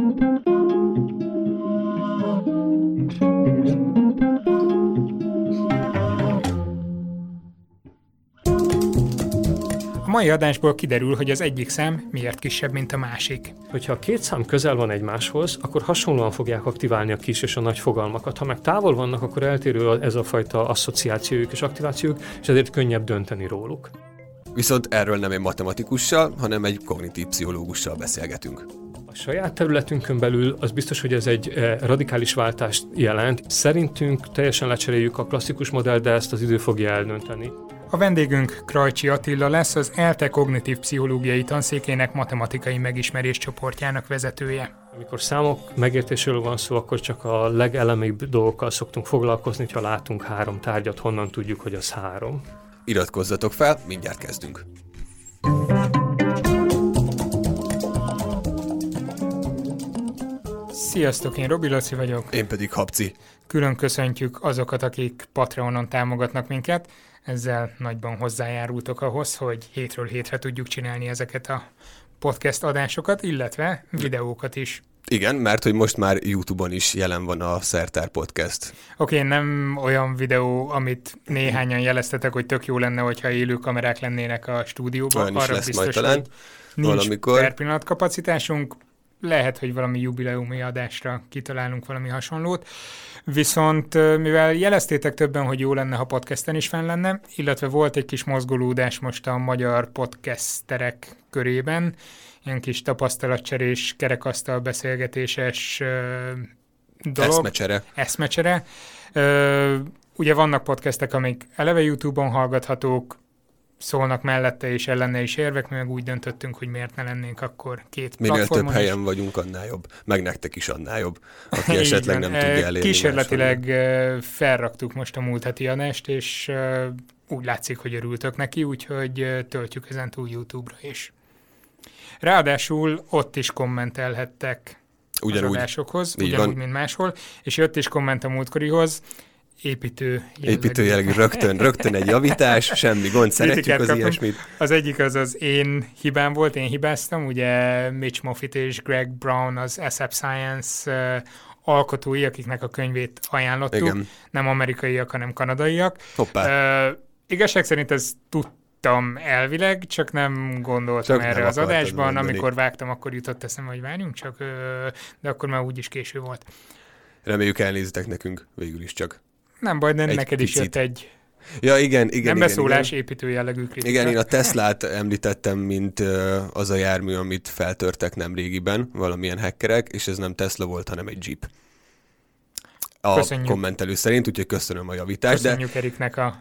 A mai adásból kiderül, hogy az egyik szám miért kisebb, mint a másik. Hogyha a két szám közel van egymáshoz, akkor hasonlóan fogják aktiválni a kis és a nagy fogalmakat. Ha meg távol vannak, akkor eltérő ez a fajta asszociációjuk és aktivációjuk, és ezért könnyebb dönteni róluk. Viszont erről nem egy matematikussal, hanem egy kognitív pszichológussal beszélgetünk. A saját területünkön belül az biztos, hogy ez egy radikális váltást jelent. Szerintünk teljesen lecseréljük a klasszikus modellt, de ezt az idő fogja eldönteni. A vendégünk Krajcsi Attila lesz, az ELTE kognitív pszichológiai tanszékének matematikai megismerés csoportjának vezetője. Amikor számok megértéséről van szó, akkor csak a legelemibb dolgokkal szoktunk foglalkozni, ha látunk 3 tárgyat, honnan tudjuk, hogy az 3. Iratkozzatok fel, mindjárt kezdünk. Sziasztok, én Robi Laci vagyok. Én pedig Habci. Külön köszöntjük azokat, akik Patreonon támogatnak minket. Ezzel nagyban hozzájárultok ahhoz, hogy hétről hétre tudjuk csinálni ezeket a podcast adásokat, illetve videókat is. Igen, mert hogy most már YouTube-on is jelen van a Szertár Podcast. Oké, nem olyan videó, amit néhányan jeleztetek, hogy tök jó lenne, hogyha élő kamerák lennének a stúdióban. Olyan is lesz biztos, majd talán. Nincs valamikor. Per pillanat kapacitásunk. Lehet, hogy valami jubileumi adásra kitalálunk valami hasonlót. Viszont mivel jeleztétek többen, hogy jó lenne, ha podcasten is fenn lenne, illetve volt egy kis mozgolódás most a magyar podcasterek körében, ilyen kis tapasztalatcserés, kerekasztal beszélgetéses dolog. Eszmecsere. Ugye vannak podcastek, amik eleve YouTube-on hallgathatók, szólnak mellette és ellene is érvek, mi meg úgy döntöttünk, hogy miért ne lennénk akkor két minél platformon. Minél több helyen vagyunk, annál jobb. Meg nektek is annál jobb, aki esetleg nem tudja elérni. Kísérletileg felraktuk most a múlt heti adást, és úgy látszik, hogy örültök neki, úgyhogy töltjük ezentúl YouTube-ra is. Ráadásul ott is kommentelhettek az adásokhoz, ugyanúgy, mint máshol, és jött is komment a múltkorihoz, építő jellegű, rögtön egy javítás, semmi gond, szeretjük az ilyesmit. Az egyik az én hibám volt, én hibáztam, ugye Mitch Moffitt és Greg Brown az ASAP Science alkotói, akiknek a könyvét ajánlottuk, igen. Nem amerikaiak, hanem kanadaiak. Igazság szerint ezt tudtam elvileg, csak nem gondoltam erre az adásban, mondani. Amikor vágtam, akkor jutott eszembe, hogy várjunk csak, de akkor már úgyis késő volt. Reméljük elnézitek nekünk, végül is csak. Nem baj, de neked is jött egy igen, nem beszólás, építő jellegű kritika. Igen, én a Teslát említettem, mint az a jármű, amit feltörtek nemrégiben, valamilyen hackerek, és ez nem Tesla volt, hanem egy Jeep. Kommentelő szerint, úgyhogy köszönöm a javítást. Köszönjük Eriknek a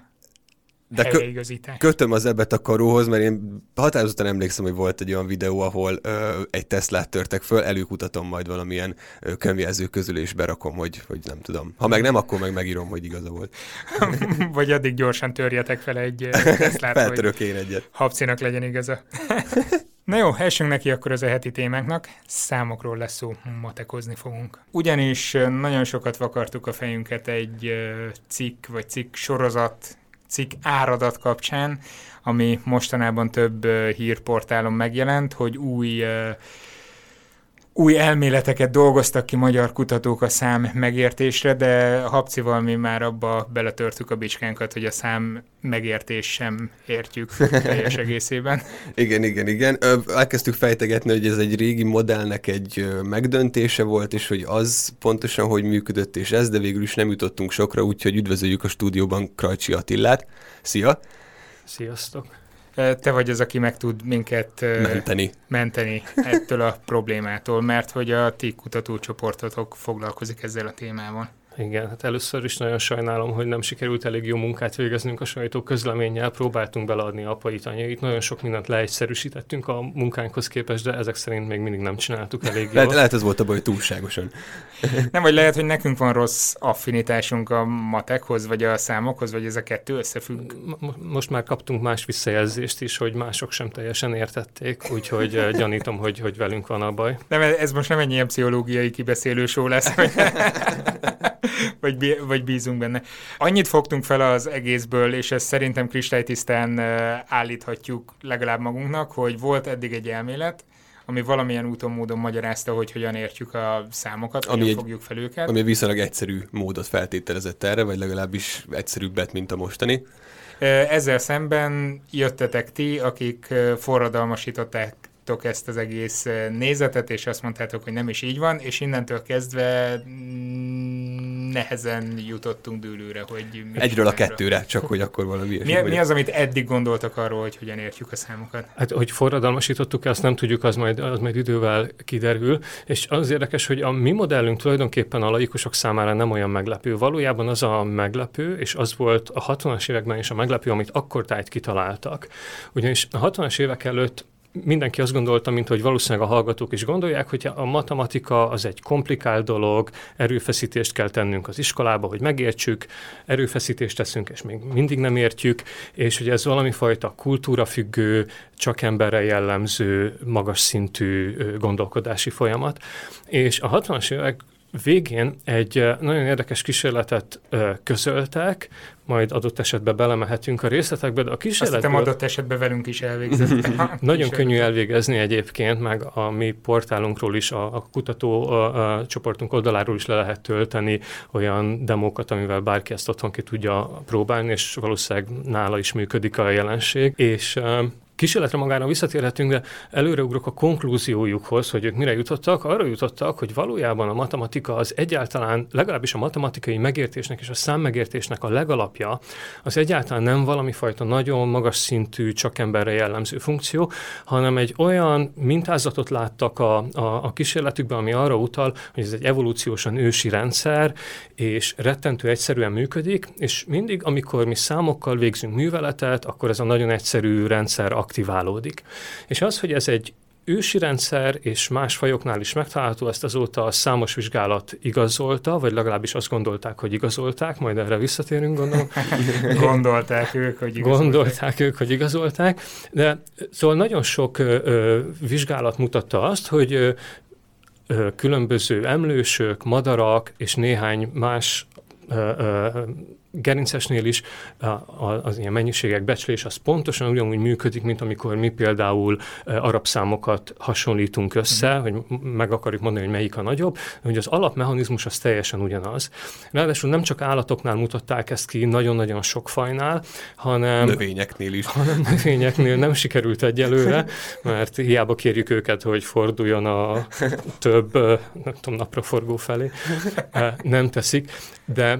kötöm az ebbet a karóhoz, mert én határozottan emlékszem, hogy volt egy olyan videó, ahol egy Teslát törtek föl, előkutatom majd valamilyen könyvjelző közül, és berakom, hogy nem tudom. Ha meg nem, akkor meg megírom, hogy igaza volt. Vagy addig gyorsan törjetek fel egy Teslát, feltörök én egyet. Habcinak legyen igaza. Na jó, essünk neki akkor az a heti témánknak. Számokról lesz szó, matekozni fogunk. Ugyanis nagyon sokat vakartuk a fejünket egy cikk sorozat, cikk áradat kapcsán, ami mostanában több hírportálon megjelent, hogy új elméleteket dolgoztak ki magyar kutatók a szám megértésre, de Habcival mi már abba beletörtük a bicskánkat, hogy a szám megértés sem értjük teljes egészében. Igen. Elkezdtük fejtegetni, hogy ez egy régi modellnek egy megdöntése volt, és hogy az pontosan hogy működött, és ez, de végül is nem jutottunk sokra, úgyhogy üdvözöljük a stúdióban Krajcsi Attilát. Szia! Sziasztok! Te vagy az, aki meg tud minket menteni ettől a problémától, mert hogy a ti kutatócsoportotok foglalkozik ezzel a témával. Igen, hát először is nagyon sajnálom, hogy nem sikerült elég jó munkát végeznünk a sajtóközleménnyel, próbáltunk beleadni apait, anyait, nagyon sok mindent leegyszerűsítettünk a munkánkhoz képest, de ezek szerint még mindig nem csináltuk elég jól. Lehet ez volt a baj, túlságosan. Nem, vagy lehet, hogy nekünk van rossz affinitásunk a matekhoz, vagy a számokhoz, vagy ez a kettő összefügg? Most már kaptunk más visszajelzést is, hogy mások sem teljesen értették, úgyhogy gyanítom, hogy velünk van a baj. Nem, ez most nem egy ilyen pszichológiai kibeszélő show lesz, vagy bízunk benne. Annyit fogtunk fel az egészből, és ezt szerintem kristálytisztán állíthatjuk legalább magunknak, hogy volt eddig egy elmélet, ami valamilyen úton, módon magyarázta, hogy hogyan értjük a számokat, hogyan fogjuk fel őket. Ami viszonylag egyszerű módot feltételezett erre, vagy legalábbis egyszerűbbet, mint a mostani. Ezzel szemben jöttetek ti, akik forradalmasították ezt az egész nézetet, és azt mondtátok, hogy nem is így van, és innentől kezdve nehezen jutottunk dőlőre, hogy... Egyről a kettőre, csak hogy akkor valami... Mi az, amit eddig gondoltak arról, hogy hogyan értjük a számokat? Hát, hogy forradalmasítottuk, azt nem tudjuk, az majd idővel kiderül, és az érdekes, hogy a mi modellünk tulajdonképpen a laikusok számára nem olyan meglepő. Valójában az a meglepő, és az volt a 60-as években is a meglepő, amit akkor tájt kitaláltak. Ugyanis a 60-as évek előtt mindenki azt gondolta, mint hogy valószínűleg a hallgatók is gondolják, hogy a matematika az egy komplikált dolog, erőfeszítést kell tennünk az iskolába, hogy megértsük, erőfeszítést teszünk, és még mindig nem értjük, és hogy ez valami fajta kultúrafüggő, csak emberre jellemző, magas szintű gondolkodási folyamat. És a 60-as évek végén egy nagyon érdekes kísérletet közöltek, majd adott esetben belemehetünk a részletekbe, de a kísérletből... Azt hiszem adott esetben velünk is elvégzett. Nagyon könnyű elvégezni egyébként, meg a mi portálunkról is, a kutató csoportunk oldaláról is le lehet tölteni olyan demókat, amivel bárki ezt otthon ki tudja próbálni, és valószínűleg nála is működik a jelenség. És kísérletre magára visszatérhetünk, de előreugrok a konklúziójukhoz, hogy ők mire jutottak. Arra jutottak, hogy valójában a matematika az egyáltalán, legalábbis a matematikai megértésnek és a számmegértésnek a legalapja, az egyáltalán nem valami fajta nagyon magas szintű, csak emberre jellemző funkció, hanem egy olyan mintázatot láttak a kísérletükben, ami arra utal, hogy ez egy evolúciósan ősi rendszer, és rettentő egyszerűen működik, és mindig, amikor mi számokkal végzünk műveletet, akkor ez a nagyon egyszerű rendszer aktiválódik. És az, hogy ez egy ősi rendszer, és más fajoknál is megtalálható, ezt azóta a számos vizsgálat igazolta, vagy legalábbis azt gondolták, hogy igazolták, majd erre visszatérünk, gondolom. Gondolták ők, hogy igazolták. De szóval nagyon sok vizsgálat mutatta azt, hogy különböző emlősök, madarak és néhány más gerincesnél is az ilyen mennyiségek becslés az pontosan ugyanúgy működik, mint amikor mi például arab számokat hasonlítunk össze, hogy meg akarjuk mondani, hogy melyik a nagyobb, hogy az alapmechanizmus az teljesen ugyanaz. Ráadásul nem csak állatoknál mutatták ezt ki, nagyon-nagyon sok fajnál, hanem növényeknél nem sikerült egyelőre, mert hiába kérjük őket, hogy forduljon a több, nem tudom, napraforgó felé. Nem teszik, de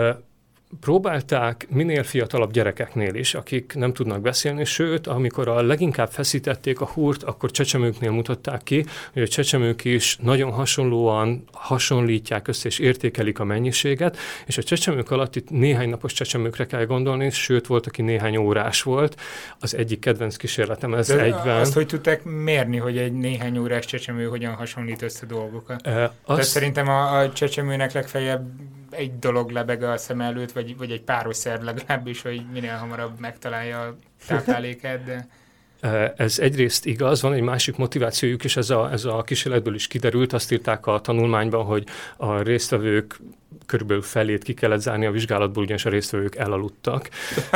próbálták minél fiatalabb gyerekeknél is, akik nem tudnak beszélni, sőt, amikor a leginkább feszítették a húrt, akkor csecsemőknél mutatták ki, hogy a csecsemők is nagyon hasonlóan hasonlítják össze és értékelik a mennyiséget, és a csecsemők alatt itt néhány napos csecsemőkre kell gondolni, sőt, volt, aki néhány órás volt. Az egyik kedvenc kísérletem ez egyben. Azt hogy tudták mérni, hogy egy néhány órás csecsemő hogyan hasonlít össze dolgokat? Tehát szerintem a csecsemőnek legfeljebb egy dolog lebeg a szem előtt, vagy egy páros szerv legalábbis, hogy minél hamarabb megtalálja a táplálékát, de... Ez egyrészt igaz, van egy másik motivációjuk is, ez a kísérletből is kiderült, azt írták a tanulmányban, hogy a résztvevők körülbelül felét ki kellett zárni a vizsgálatból, ugyanis a résztvevők elaludtak.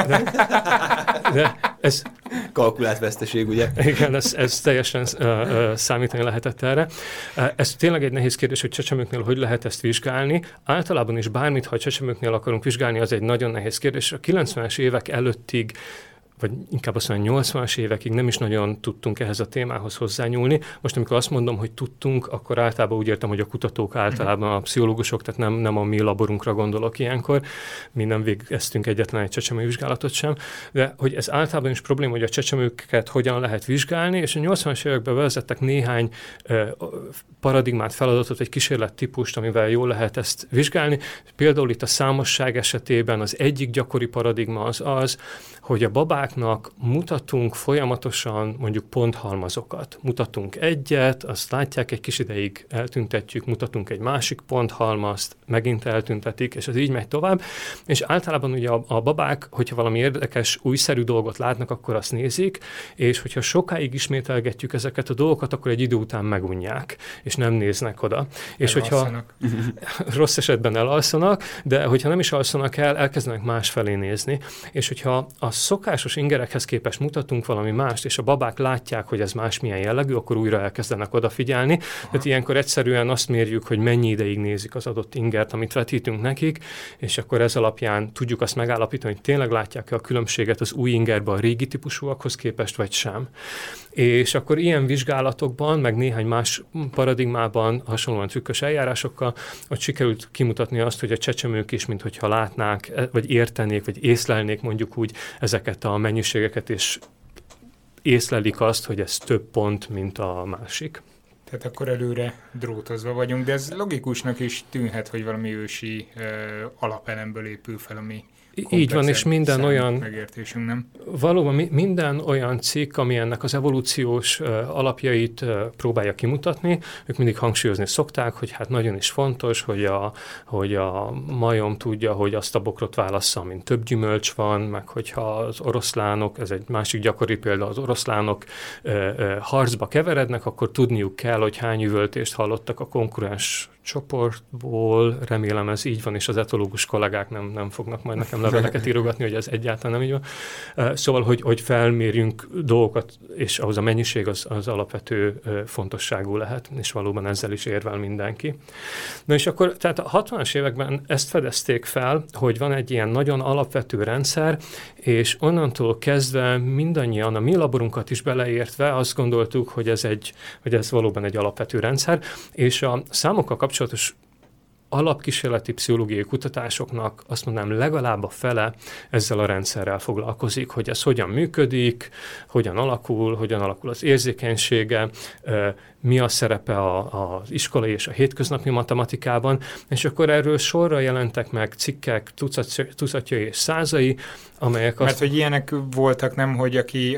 De ez... Kalkulált veszteség, ugye? Igen, ez teljesen számítani lehetett erre. Ez tényleg egy nehéz kérdés, hogy csecsemőknél hogy lehet ezt vizsgálni. Általában is bármit, ha csecsemőknél akarunk vizsgálni, az egy nagyon nehéz kérdés. A 90-es évek előttig, vagy inkább azt mondom, 80-as évekig nem is nagyon tudtunk ehhez a témához hozzányúlni. Most, amikor azt mondom, hogy tudtunk, akkor általában úgy értem, hogy a kutatók általában a pszichológusok, tehát nem a mi laborunkra gondolok ilyenkor. Mi nem végeztünk egyetlen egy csecsemővizsgálatot sem, de hogy ez általában is probléma, hogy a csecsemőket hogyan lehet vizsgálni, és a 80-as években vezettek néhány paradigmát, feladatot, egy kísérlettípust, amivel jól lehet ezt vizsgálni. Például itt a számosság esetében az egyik gyakori paradigma az, hogy a babáknak mutatunk folyamatosan mondjuk ponthalmazokat. Mutatunk egyet, azt látják, egy kis ideig eltüntetjük, mutatunk egy másik ponthalmazt, megint eltüntetik, és ez így megy tovább. És általában ugye a babák, hogyha valami érdekes, újszerű dolgot látnak, akkor azt nézik, és hogyha sokáig ismételgetjük ezeket a dolgokat, akkor egy idő után megunják, és nem néznek oda. És hogyha rossz esetben elalszanak, de hogyha nem is alszanak el, elkezdenek másfelé nézni. És hogyha a szokásos ingerekhez képest mutatunk valami mást, és a babák látják, hogy ez másmilyen jellegű, akkor újra elkezdenek odafigyelni. Tehát ilyenkor egyszerűen azt mérjük, hogy mennyi ideig nézik az adott ingert, amit vetítünk nekik, és akkor ez alapján tudjuk azt megállapítani, hogy tényleg látják-e a különbséget az új ingerben a régi típusúakhoz képest, vagy sem. És akkor ilyen vizsgálatokban, meg néhány más paradigmában, hasonlóan trükkös eljárásokkal, ott sikerült kimutatni azt, hogy a csecsemők is, minthogyha látnák, vagy értenék, vagy észlelnék mondjuk úgy ezeket a mennyiségeket, és észlelik azt, hogy ez több pont, mint a másik. Tehát akkor előre drótozva vagyunk, de ez logikusnak is tűnhet, hogy valami ősi alapelemből épül fel, ami így van, és minden olyan megértésünk, nem? Valóban minden olyan cikk, ami ennek az evolúciós alapjait próbálja kimutatni, ők mindig hangsúlyozni szokták, hogy hát nagyon is fontos, hogy a majom tudja, hogy azt a bokrot válassza, amin több gyümölcs van, meg hogyha az oroszlánok, ez egy másik gyakori példa, az oroszlánok harcba keverednek, akkor tudniuk kell, hogy hány üvöltést hallottak a konkurens csoportból, remélem ez így van, és az etológus kollégák nem fognak majd nekem leveleket írogatni, hogy ez egyáltalán nem így van. Szóval, hogy felmérjünk dolgokat, és ahhoz a mennyiség az alapvető fontosságú lehet, és valóban ezzel is érvel mindenki. Na és akkor, tehát a 60-as években ezt fedezték fel, hogy van egy ilyen nagyon alapvető rendszer, és onnantól kezdve mindannyian, a mi laborunkat is beleértve azt gondoltuk, hogy ez valóban egy alapvető rendszer, és a számokkal kapcsolatos alapkísérleti pszichológiai kutatásoknak azt mondanám legalább a fele ezzel a rendszerrel foglalkozik, hogy ez hogyan működik, hogyan alakul az érzékenysége, mi a szerepe az iskolai és a hétköznapi matematikában, és akkor erről sorra jelentek meg cikkek, tucatjai és százai, amelyek Mert hogy ilyenek voltak, nem, hogy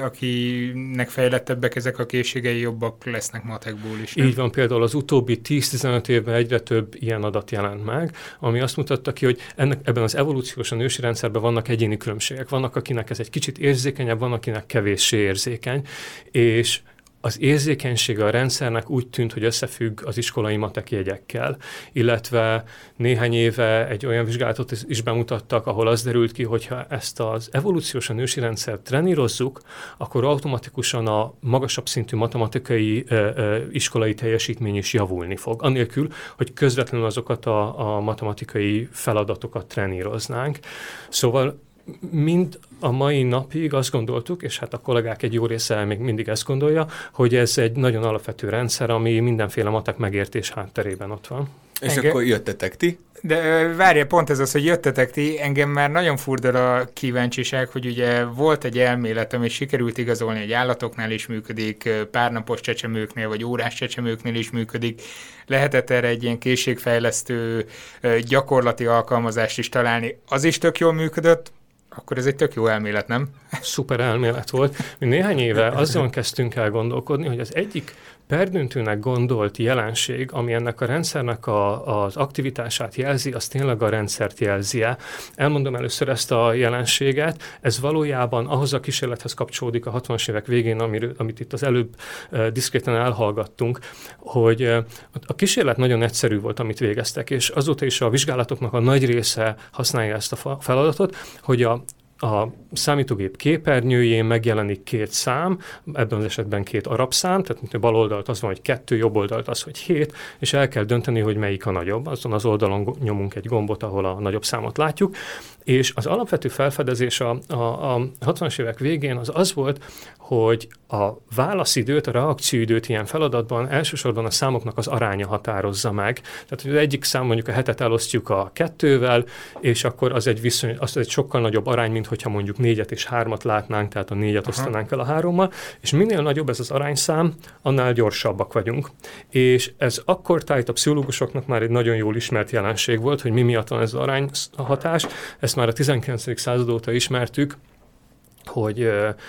akinek fejlettebbek ezek a készségei, jobbak lesznek matekból is. Nem? Így van, például az utóbbi 10-15 évben egyre több ilyen adat jelent meg, ami azt mutatta ki, hogy ebben az evolúciósan ősi rendszerben vannak egyéni különbségek. Vannak, akinek ez egy kicsit érzékenyebb, van, akinek kevéssé érzékeny, és az érzékenysége a rendszernek úgy tűnt, hogy összefügg az iskolai matek jegyekkel, illetve néhány éve egy olyan vizsgálatot is bemutattak, ahol az derült ki, hogyha ezt az evolúciósan ősi rendszert trenírozzuk, akkor automatikusan a magasabb szintű matematikai iskolai teljesítmény is javulni fog, anélkül, hogy közvetlenül azokat a matematikai feladatokat treníroznánk. Szóval mind a mai napig azt gondoltuk, és hát a kollégák egy jó része még mindig ezt gondolja, hogy ez egy nagyon alapvető rendszer, ami mindenféle matek megértés hátterében ott van. És akkor jöttetek ti? De várja, pont ez az, hogy jöttetek ti, engem már nagyon furdal a kíváncsiság, hogy ugye volt egy elmélet, amit sikerült igazolni, egy állatoknál is működik, párnapos csecsemőknél, vagy órás csecsemőknél is működik. Lehetett erre egy ilyen készségfejlesztő gyakorlati alkalmazást is találni. Az is tök jól működött, akkor ez egy tök jó elmélet, nem? Szuper elmélet volt. Mi néhány éve azon kezdtünk el gondolkodni, hogy az egyik perdöntőnek gondolt jelenség, ami ennek a rendszernek az aktivitását jelzi, az tényleg a rendszert jelzi-e. Elmondom először ezt a jelenséget. Ez valójában ahhoz a kísérlethez kapcsolódik a 60-as évek végén, amit itt az előbb diszkréten elhallgattunk, hogy a kísérlet nagyon egyszerű volt, amit végeztek, és azóta is a vizsgálatoknak a nagy része használja ezt a feladatot, hogy a számítógép képernyőjén megjelenik két szám, ebben az esetben két arab szám, tehát mint a bal oldalt az van, hogy 2, jobb oldalt az, hogy 7, és el kell dönteni, hogy melyik a nagyobb. Azon az oldalon nyomunk egy gombot, ahol a nagyobb számot látjuk, és az alapvető felfedezés a 60-as évek végén az volt, hogy a válaszidőt, a reakcióidőt ilyen feladatban elsősorban a számoknak az aránya határozza meg. Tehát, hogy az egyik szám mondjuk a 7-et elosztjuk a 2-vel, és akkor az egy sokkal nagyobb arány, mint hogyha mondjuk 4-et és 3-at látnánk, tehát a 4-et osztanánk el a 3-mal, és minél nagyobb ez az arányszám, annál gyorsabbak vagyunk. És ez akkor tájt a pszichológusoknak már egy nagyon jól ismert jelenség volt, hogy mi miatt van ez az arányhatás. Ezt már a 19. század óta ismertük, hogy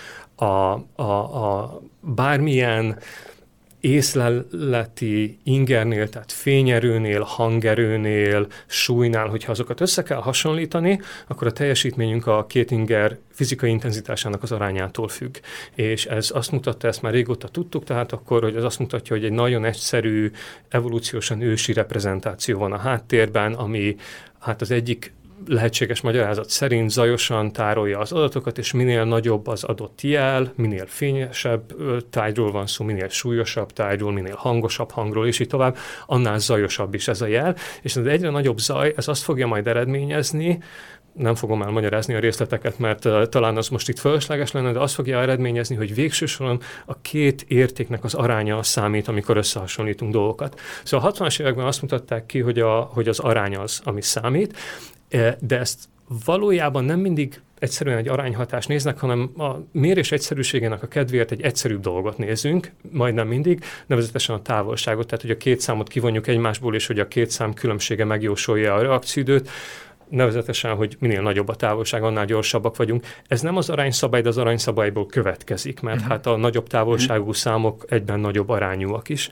a bármilyen észleleti ingernél, tehát fényerőnél, hangerőnél, súlynál, hogyha azokat össze kell hasonlítani, akkor a teljesítményünk a két inger fizikai intenzitásának az arányától függ. És ez azt mutatta, ezt már régóta tudtuk, tehát akkor, hogy ez azt mutatja, hogy egy nagyon egyszerű, evolúciósan ősi reprezentáció van a háttérben, ami hát az egyik lehetséges magyarázat szerint zajosan tárolja az adatokat, és minél nagyobb az adott jel, minél fényesebb tárgyról van szó, minél súlyosabb tárgyról, minél hangosabb hangról, és így tovább, annál zajosabb is ez a jel, és az egyre nagyobb zaj, ez azt fogja majd eredményezni, nem fogom elmagyarázni a részleteket, mert talán az most itt fölösleges lenne, de azt fogja eredményezni, hogy végső soron a két értéknek az aránya számít, amikor összehasonlítunk dolgokat. Szóval a 60-as években azt mutatták ki, hogy az arány az, ami számít, de ezt valójában nem mindig egyszerűen egy arányhatást néznek, hanem a mérés egyszerűségének a kedvéért egy egyszerűbb dolgot nézünk, majdnem mindig, nevezetesen a távolságot, tehát hogy a két számot kivonjuk egymásból, és hogy a két szám különbsége megjósolja a reakcióidőt, nevezetesen, hogy minél nagyobb a távolság, annál gyorsabbak vagyunk. Ez nem az arányszabály, de az arányszabályból következik, mert hát a nagyobb távolságú számok egyben nagyobb arányúak is.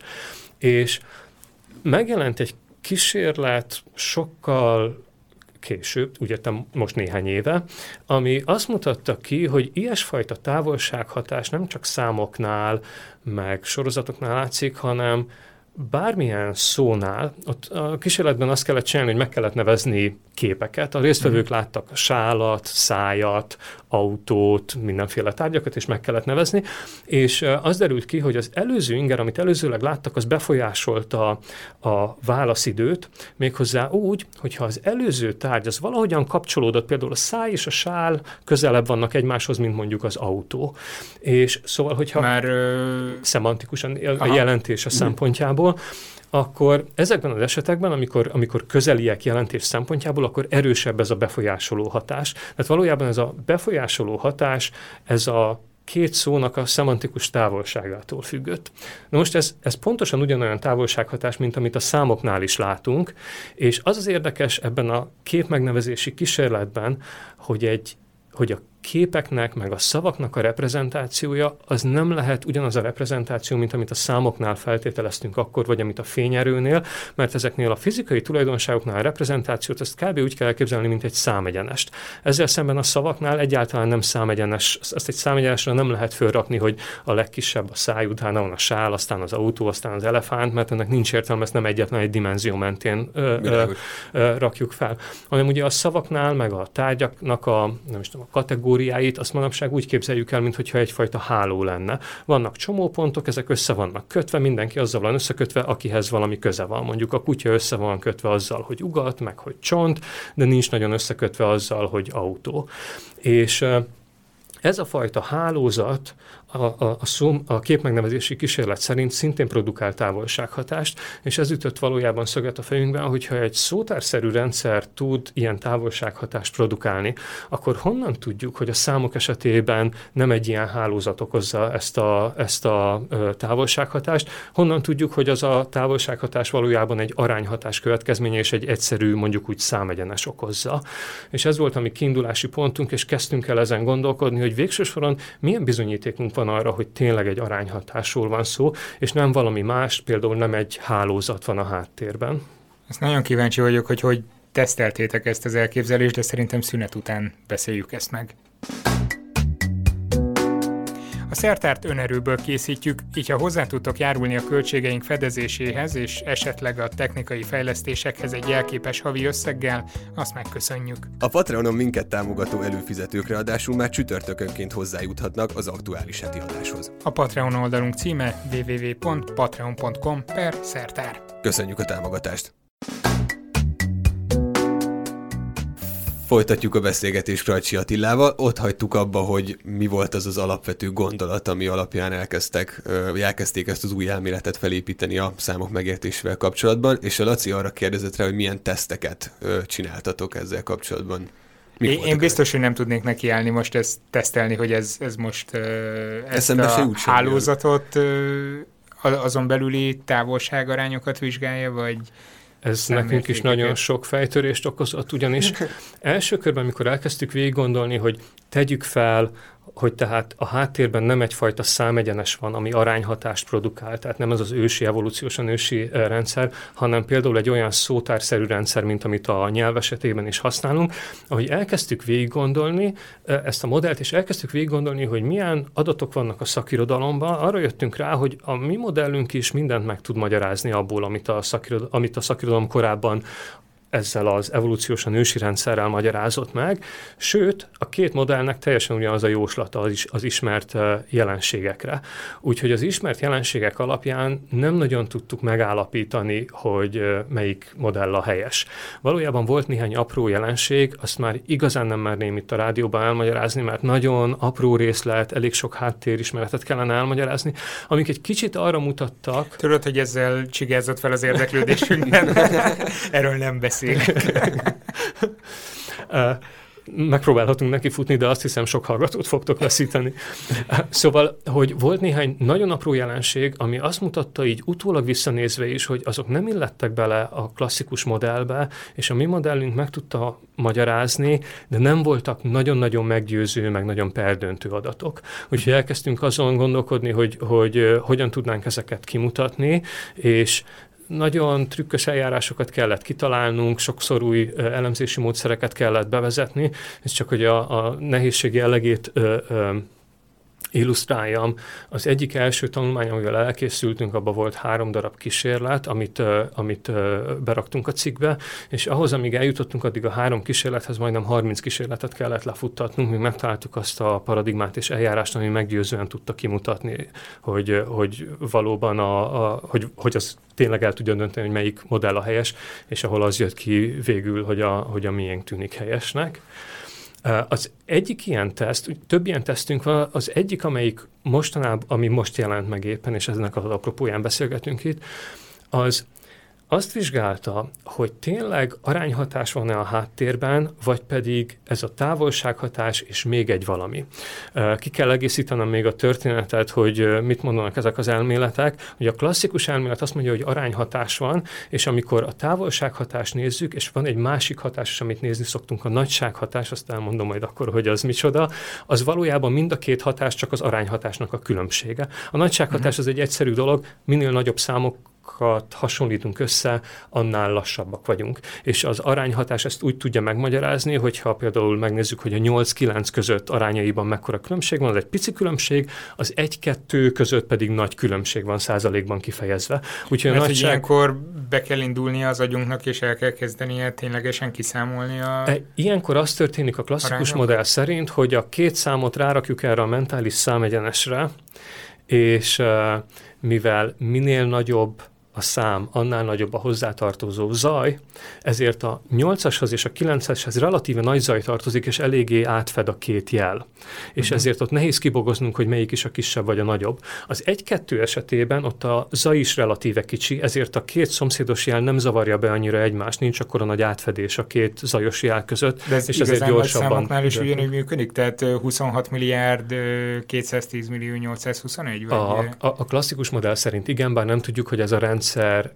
És megjelent egy kísérlet sokkal később, úgy értem most néhány éve, ami azt mutatta ki, hogy ilyesfajta távolsághatás nem csak számoknál, meg sorozatoknál látszik, hanem bármilyen szónál, ott a kísérletben azt kellett csinálni, hogy meg kellett nevezni képeket. A résztvevők láttak sálat, szájat, autót, mindenféle tárgyakat, és meg kellett nevezni, és az derült ki, hogy az előző inger, amit előzőleg láttak, az befolyásolta a válaszidőt, méghozzá úgy, hogyha az előző tárgy az valahogyan kapcsolódott, például a száj és a sál közelebb vannak egymáshoz, mint mondjuk az autó. És szóval, hogyha már szemantikusan a jelentés a szempontjából, akkor ezekben az esetekben, amikor közeliek jelentés szempontjából, akkor erősebb ez a befolyásoló hatás. Tehát valójában ez a befolyásoló hatás, ez a két szónak a szemantikus távolságától függött. Na most ez pontosan ugyanolyan távolsághatás, mint amit a számoknál is látunk, és az az érdekes ebben a képmegnevezési kísérletben, hogy a képeknek, meg a szavaknak a reprezentációja, az nem lehet ugyanaz a reprezentáció, mint amit a számoknál feltételeztünk akkor, vagy amit a fényerőnél, mert ezeknél a fizikai tulajdonságoknál a reprezentációt azt kb. Úgy kell elképzelni, mint egy számegyenest. Ezzel szemben a szavaknál egyáltalán nem számegyenes, azt egy számegyenesre nem lehet fölrakni, hogy a legkisebb a száj, utána van a sál, aztán az autó, aztán az elefánt, mert ennek nincs értelme, ezt nem egyetlen egy dimenzió mentén rakjuk fel. Hanem ugye a szavaknál, meg a tárgyaknak a kategóriáit, azt manapság úgy képzeljük el, mintha egyfajta háló lenne. Vannak csomópontok, ezek össze vannak kötve, mindenki azzal van összekötve, akihez valami köze van. Mondjuk a kutya össze van kötve azzal, hogy ugat, meg hogy csont, de nincs nagyon összekötve azzal, hogy autó. És ez a fajta hálózat a képmegnevezési kísérlet szerint szintén produkál távolsághatást, és ez ütött valójában szöget a fejünkben, hogyha egy szótárszerű rendszer tud ilyen távolsághatást produkálni, akkor honnan tudjuk, hogy a számok esetében nem egy ilyen hálózat okozza ezt a távolsághatást, honnan tudjuk, hogy az a távolsághatás valójában egy arányhatás következménye, és egy egyszerű, mondjuk úgy számegyenes okozza. És ez volt a mi kiindulási pontunk, és kezdtünk el ezen gondolkodni, hogy végső soron milyen bizonyítékunk van arra, hogy tényleg egy arányhatásról van szó, és nem valami más, például nem egy hálózat van a háttérben. Ezt nagyon kíváncsi vagyok, hogy teszteltétek ezt az elképzelést, de szerintem szünet után beszéljük ezt meg. A szertárt önerőből készítjük, így ha hozzá tudtok járulni a költségeink fedezéséhez és esetleg a technikai fejlesztésekhez egy jelképes havi összeggel, azt megköszönjük. A Patreonon minket támogató előfizetők ráadásul már csütörtökönként hozzájuthatnak az aktuális heti adáshoz. A Patreon oldalunk címe www.patreon.com/szertár. Köszönjük a támogatást! Folytatjuk a beszélgetést Krajcsi Attilával. Ott hagytuk abba, hogy mi volt az az alapvető gondolat, ami alapján elkezdték ezt az új elméletet felépíteni a számok megértésével kapcsolatban, és a Laci arra kérdezett rá, hogy milyen teszteket csináltatok ezzel kapcsolatban. Én biztos, hogy nem tudnék nekiállni most ezt tesztelni, hogy ez most ezt a hálózatot azon belüli távolságarányokat vizsgálja, vagy... Ez nekünk is nagyon sok fejtörést okozott, ugyanis első körben, amikor elkezdtük végig gondolni, hogy tegyük fel, hogy tehát a háttérben nem egyfajta számegyenes van, ami arányhatást produkál, tehát nem ez az evolúciósan ősi rendszer, hanem például egy olyan szótárszerű rendszer, mint amit a nyelv esetében is használunk. Ahogy elkezdtük végig gondolni ezt a modellt, és elkezdtük végig gondolni, hogy milyen adatok vannak a szakirodalomban, arra jöttünk rá, hogy a mi modellünk is mindent meg tud magyarázni abból, amit a szakirodalom korábban ezzel az evolúciósan ősi rendszerrel magyarázott meg, sőt, a két modellnek teljesen ugyanaz a jóslata az ismert jelenségekre. Úgyhogy az ismert jelenségek alapján nem nagyon tudtuk megállapítani, hogy melyik modell a helyes. Valójában volt néhány apró jelenség, azt már igazán nem merném itt a rádióban elmagyarázni, mert nagyon apró részlet, elég sok háttérismeretet kellene elmagyarázni, amik egy kicsit arra mutattak... Tudod, hogy ezzel csigázott fel az érdeklődésünkben? Erről nem beszélek. Megpróbálhatunk neki futni, de azt hiszem sok hallgatót fogtok veszíteni. Szóval, hogy volt néhány nagyon apró jelenség, ami azt mutatta így utólag visszanézve is, hogy azok nem illettek bele a klasszikus modellbe, és a mi modellünk meg tudta magyarázni, de nem voltak nagyon-nagyon meggyőző, meg nagyon perdöntő adatok. Úgyhogy elkezdtünk azon gondolkodni, hogy hogyan tudnánk ezeket kimutatni, és nagyon trükkös eljárásokat kellett kitalálnunk, sokszor új elemzési módszereket kellett bevezetni, és csak hogy a nehézség jellegét illusztráljam. Az egyik első tanulmány, amivel elkészültünk, abban volt 3 darab kísérlet, amit beraktunk a cikkbe, és ahhoz, amíg eljutottunk, addig a 3 kísérlethez majdnem 30 kísérletet kellett lefuttatnunk, míg megtaláltuk azt a paradigmát és eljárást, ami meggyőzően tudta kimutatni, hogy valóban hogy az tényleg el tudja dönteni, hogy melyik modell a helyes, és ahol az jött ki végül, hogy a miénk tűnik helyesnek. Az egyik ilyen teszt, több ilyen tesztünk van, az egyik, ami most jelent meg éppen, és ennek az apropóján beszélgetünk itt, az azt vizsgálta, hogy tényleg arányhatás van-e a háttérben, vagy pedig ez a távolsághatás és még egy valami. Ki kell egészítenem még a történetet, hogy mit mondanak ezek az elméletek. Ugye a klasszikus elmélet azt mondja, hogy arányhatás van, és amikor a távolsághatást nézzük, és van egy másik hatás, amit nézni szoktunk, a nagysághatás, azt elmondom majd akkor, hogy az micsoda, az valójában mind a két hatás csak az arányhatásnak a különbsége. A nagysághatás az egy egyszerű dolog, minél nagyobb számok hasonlítunk össze, annál lassabbak vagyunk. És az arányhatás ezt úgy tudja megmagyarázni, hogyha például megnézzük, hogy a 8-9 között arányaiban mekkora különbség van, az egy pici különbség, az 1-2 között pedig nagy különbség van százalékban kifejezve. Úgyhogy mert hogy ilyenkor be kell indulnia az agyunknak, és el kell kezdenie ténylegesen kiszámolni a... Ilyenkor az történik a klasszikus modell szerint, hogy a két számot rárakjuk erre a mentális számegyenesre, és mivel minél nagyobb a szám, annál nagyobb a hozzátartozó zaj, ezért a 8-ashoz és a 9-eshez relatíve nagy zaj tartozik, és eléggé átfed a két jel. És ezért ott nehéz kibogoznunk, hogy melyik is a kisebb vagy a nagyobb. Az 1-2 esetében ott a zaj is relatíve kicsi, ezért a két szomszédos jel nem zavarja be annyira egymást, nincs akkor a nagy átfedés a két zajos jel között. De ez és igazán nagy számoknál is ugyanúgy működik? Tehát 26 milliárd 210 millió 821? Vagy? A klasszikus modell szerint igen, bár nem tudjuk, hogy ez a rendszer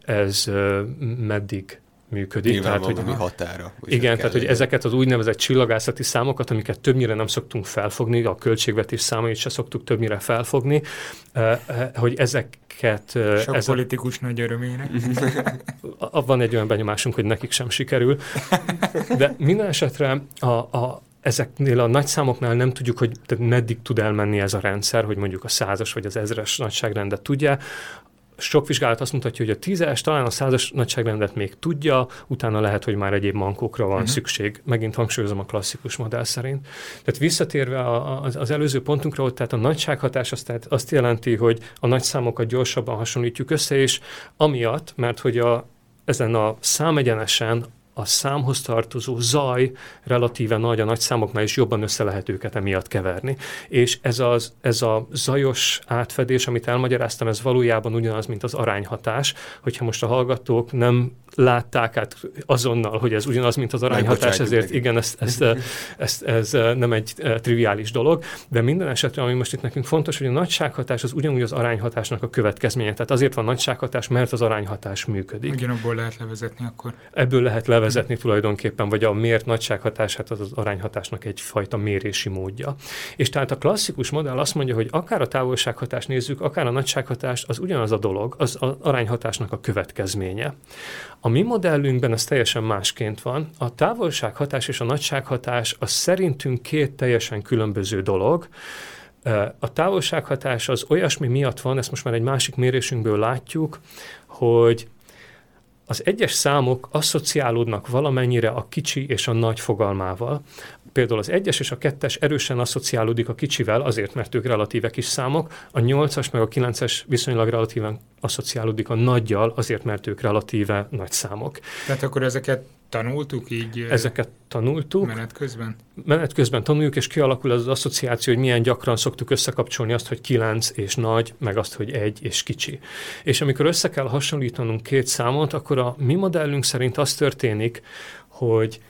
meddig működik. Nyilván van valami határa. Igen, tehát hogy ezeket az úgynevezett csillagászati számokat, amiket többnyire nem szoktunk felfogni, a költségvetés számait se szoktuk többnyire felfogni, hogy ezeket... Sok politikus nagy örömének. Van egy olyan benyomásunk, hogy nekik sem sikerül. De minden esetre ezeknél a nagy számoknál nem tudjuk, hogy meddig tud elmenni ez a rendszer, hogy mondjuk a 100-as vagy az 1000-es nagyságrendet tudja. Sok vizsgálat azt mutatja, hogy a 10-es, talán a 100-as nagyságrendet még tudja, utána lehet, hogy már egyéb mankókra van szükség. Megint hangsúlyozom a klasszikus modell szerint. Tehát visszatérve az előző pontunkra, hogy tehát a nagysághatás azt jelenti, hogy a nagy számokat gyorsabban hasonlítjuk össze, és amiatt, mert hogy ezen a számegyenesen a számhoz tartozó zaj relatíve nagy, a nagy számoknál is jobban össze lehet őket emiatt keverni. És ez a zajos átfedés, amit elmagyaráztam, ez valójában ugyanaz, mint az arányhatás. Hogyha most a hallgatók nem látták át azonnal, hogy ez ugyanaz, mint az arányhatás, ezért igen, ez nem egy triviális dolog, de minden esetre, ami most itt nekünk fontos, hogy a nagysághatás az ugyanúgy az arányhatásnak a következménye. Tehát azért van nagysághatás, mert az arányhatás működik. Ugyanabból lehet levezetni akkor. Ebből lehet levezetni tulajdonképpen, vagy a mért nagysághatását az arányhatásnak egyfajta mérési módja. És tehát a klasszikus modell azt mondja, hogy akár a távolsághatást nézzük, akár a nagysághatást, az ugyanaz a dolog, az az arányhatásnak a következménye. A mi modellünkben ez teljesen másként van. A távolsághatás és a nagysághatás az szerintünk két teljesen különböző dolog. A távolsághatás az olyasmi miatt van, ezt most már egy másik mérésünkből látjuk, hogy az egyes számok asszociálódnak valamennyire a kicsi és a nagy fogalmával. Például az 1-es és a 2-es erősen asszociálódik a kicsivel, azért, mert ők relatíve kis számok, a 8-as meg a 9-es viszonylag relatíven asszociálódik a nagyjal, azért, mert ők relatíve nagy számok. Tehát akkor ezeket tanultuk így? Ezeket tanultuk. Menet közben? Menet közben tanuljuk, és kialakul az asszociáció, hogy milyen gyakran szoktuk összekapcsolni azt, hogy 9 és nagy, meg azt, hogy 1 és kicsi. És amikor össze kell hasonlítanunk két számot, akkor a mi modellünk szerint az történik, hogy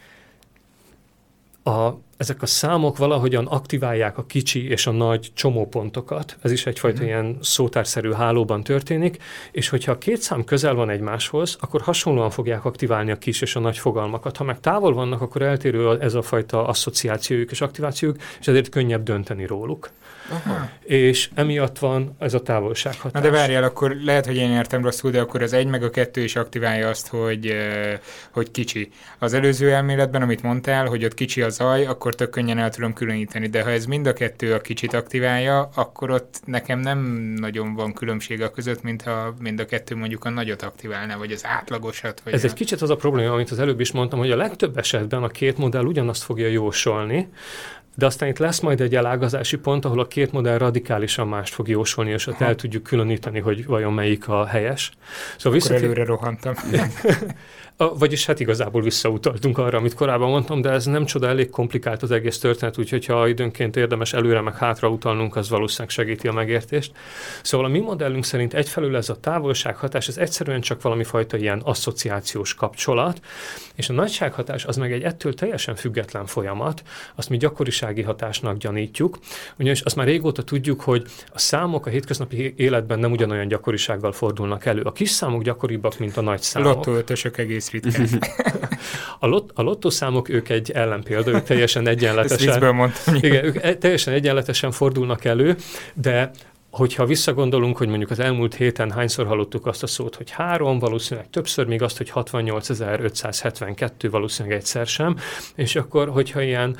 ezek a számok valahogyan aktiválják a kicsi és a nagy csomópontokat. Ez is egyfajta ilyen szótárszerű hálóban történik, és hogyha a két szám közel van egymáshoz, akkor hasonlóan fogják aktiválni a kis és a nagy fogalmakat. Ha meg távol vannak, akkor eltérő ez a fajta asszociációjuk és aktivációjuk, és ezért könnyebb dönteni róluk. Aha. És emiatt van ez a távolsághatás. Na de várjál, akkor lehet, hogy én értem rosszul, de akkor az 1 meg a 2 is aktiválja azt, hogy kicsi. Az előző elméletben, amit mondtál, hogy ott kicsi a zaj, akkor tök könnyen el tudom különíteni, de ha ez mind a kettő a kicsit aktiválja, akkor ott nekem nem nagyon van különbség a között, mintha mind a kettő mondjuk a nagyot aktiválná, vagy az átlagosat. Vagy ez egy kicsit az a probléma, amit az előbb is mondtam, hogy a legtöbb esetben a két modell ugyanazt fogja jósolni, de aztán itt lesz majd egy elágazási pont, ahol a két modell radikálisan mást fog jósolni, és ott el tudjuk különíteni, hogy vajon melyik a helyes. Szóval akkor előre rohantam. Vagyis hát igazából visszautaltunk arra, amit korábban mondtam, de ez nem csoda, elég komplikált az egész történet, úgyhogy ha időnként érdemes előre meg hátra utalnunk, az valószínűleg segíti a megértést. Szóval a mi modellünk szerint egyfelől ez a távolsághatás, ez egyszerűen csak valami fajta ilyen asszociációs kapcsolat, és a nagysághatás az meg egy ettől teljesen független folyamat, azt mi gyakorisági hatásnak gyanítjuk, ugyanis azt már régóta tudjuk, hogy a számok a hétköznapi életben nem ugyanolyan gyakorisággal fordulnak elő. A kis számok gyakoribbak, mint a nagy számok. Lottóötösök egész ritkán. A lottószámok, ők egy ellenpélda, ők teljesen egyenletesen. Ezt mondtam. Igen, ők teljesen egyenletesen fordulnak elő, de hogyha visszagondolunk, hogy mondjuk az elmúlt héten hányszor hallottuk azt a szót, hogy 3, valószínűleg többször, még azt, hogy 68.572, valószínűleg egyszer sem, és akkor, hogyha ilyen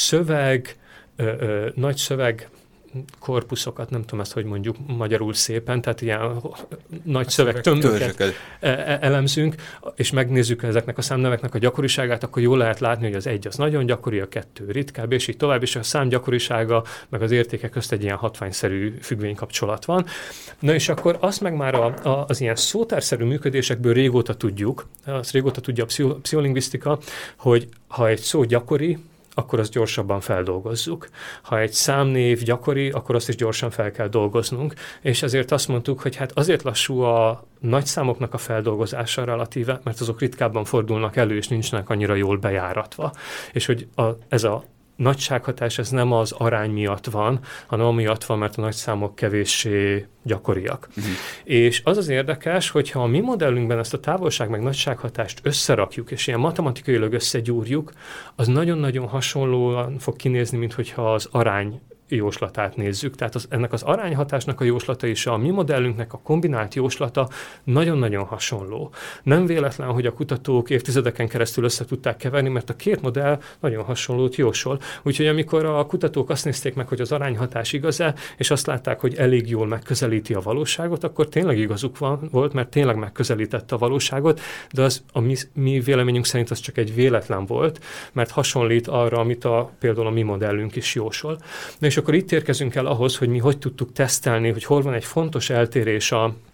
nagy szöveg korpuszokat, nem tudom ezt, hogy mondjuk magyarul szépen, tehát ilyen nagy szövegtömböket elemzünk, és megnézzük ezeknek a számneveknek a gyakoriságát, akkor jól lehet látni, hogy az 1 az nagyon gyakori, a 2 ritkább, és így tovább, és a szám gyakorisága, meg az értékek közt egy ilyen hatványszerű függvénykapcsolat van. Na és akkor azt meg már az ilyen szótárszerű működésekből régóta tudjuk, azt régóta tudja a pszicholingvisztika, hogy ha egy szó gyakori, akkor azt gyorsabban feldolgozzuk. Ha egy számnév gyakori, akkor azt is gyorsan fel kell dolgoznunk, és ezért azt mondtuk, hogy hát azért lassú a nagy számoknak a feldolgozása relatíve, mert azok ritkábban fordulnak elő, és nincsenek annyira jól bejáratva. És hogy ez a nagysághatás, ez nem az arány miatt van, hanem amiatt van, mert a nagy számok kevéssé gyakoriak. És az az érdekes, hogyha a mi modellünkben ezt a távolság meg nagysághatást összerakjuk, és ilyen matematikailag összegyúrjuk, az nagyon-nagyon hasonlóan fog kinézni, mint hogyha az arány jóslatát nézzük. Tehát ennek az arányhatásnak a jóslata és a mi modellünknek a kombinált jóslata nagyon-nagyon hasonló. Nem véletlen, hogy a kutatók évtizedeken keresztül össze tudták keverni, mert a két modell nagyon hasonlót jósol. Úgyhogy amikor a kutatók azt nézték meg, hogy az arányhatás igaz-e, és azt látták, hogy elég jól megközelíti a valóságot, akkor tényleg igazuk volt, mert tényleg megközelítette a valóságot, de az a mi véleményünk szerint az csak egy véletlen volt, mert hasonlít arra, amit például a mi modellünk is jósol. És akkor itt érkezünk el ahhoz, hogy mi hogy tudtuk tesztelni, hogy hol van egy fontos eltérés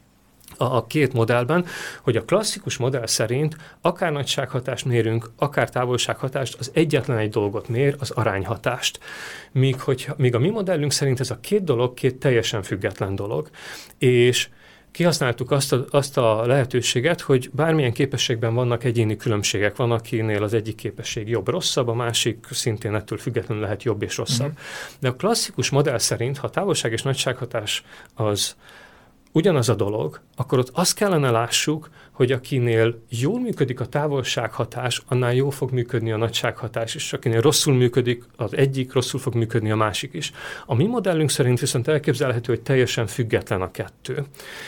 a két modellben, hogy a klasszikus modell szerint akár nagysághatást mérünk, akár távolsághatást, az egyetlen egy dolgot mér, az arányhatást. Míg a mi modellünk szerint ez a két dolog, két teljesen független dolog. És kihasználtuk azt a lehetőséget, hogy bármilyen képességben vannak egyéni különbségek. Van, akinél az egyik képesség jobb-rosszabb, a másik szintén ettől függetlenül lehet jobb és rosszabb. De a klasszikus modell szerint, ha távolság és nagysághatás az ugyanaz a dolog, akkor ott azt kellene lássuk, hogy akinél jól működik a távolsághatás, annál jól fog működni a nagysághatás, és akinél rosszul működik az egyik, rosszul fog működni a másik is. A mi modellünk szerint viszont elképzelhető, hogy teljesen független a kettő.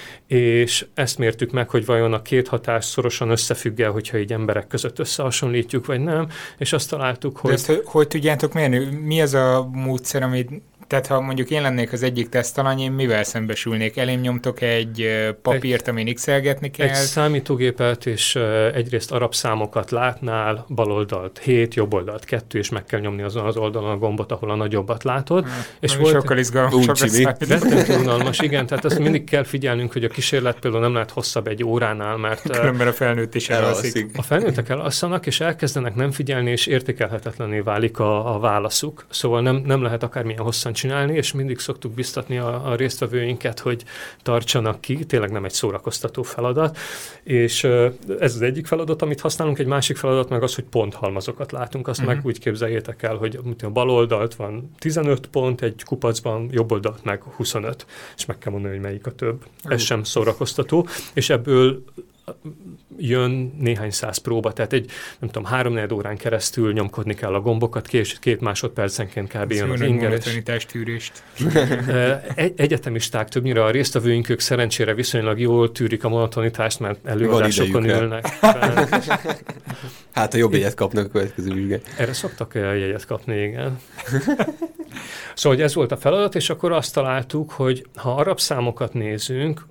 És ezt mértük meg, hogy vajon a két hatás szorosan összefügg-e, hogyha így emberek között összehasonlítjuk, vagy nem, és azt találtuk, hogy... De ezt hogy tudjátok mérni? Mi az a módszer, amit Tehát ha mondjuk én lennék az egyik tesztalany, én mivel szembesülnék? Elém nyomtok egy papírt, amin x-elgetni kell? Egy számítógépet, és egyrészt arab számokat látnál, bal oldalt 7, jobb oldalt 2, és meg kell nyomni azon az oldalon a gombot, ahol a nagyobbat látod. És volt sokkal izgalmasabb rettentő unalmas, igen, tehát azt mindig kell figyelnünk, hogy a kísérlet például nem lehet hosszabb egy óránál, mert különben a felnőtt is elalszik. A felnőttek elalszanak, és elkezdenek nem figyelni, és értékelhetetlenné válik a válaszuk. Szóval nem lehet akármilyen hosszan csinálni, és mindig szoktuk biztatni a résztvevőinket, hogy tartsanak ki, tényleg nem egy szórakoztató feladat, és ez az egyik feladat, amit használunk, egy másik feladat meg az, hogy ponthalmazokat látunk, azt meg úgy képzeljétek el, hogy a bal oldalt van 15 pont, egy kupacban, jobb oldalt meg 25, és meg kell mondani, hogy melyik a több. Ez sem szórakoztató, és ebből jön néhány száz próba, tehát egy, nem tudom, 3-4 órán keresztül nyomkodni kell a gombokat, 2 másodpercenként kb. Jön az inger. Egyetemisták többnyire a résztvevőink, ők szerencsére viszonylag jól tűrik a monotonitást, mert előadásokon ülnek. Hát a jobb jegyet kapnak a következő vizsgán. Erre szoktak jegyet kapni, igen. Szóval ez volt a feladat, és akkor azt találtuk, hogy ha arab számokat nézünk,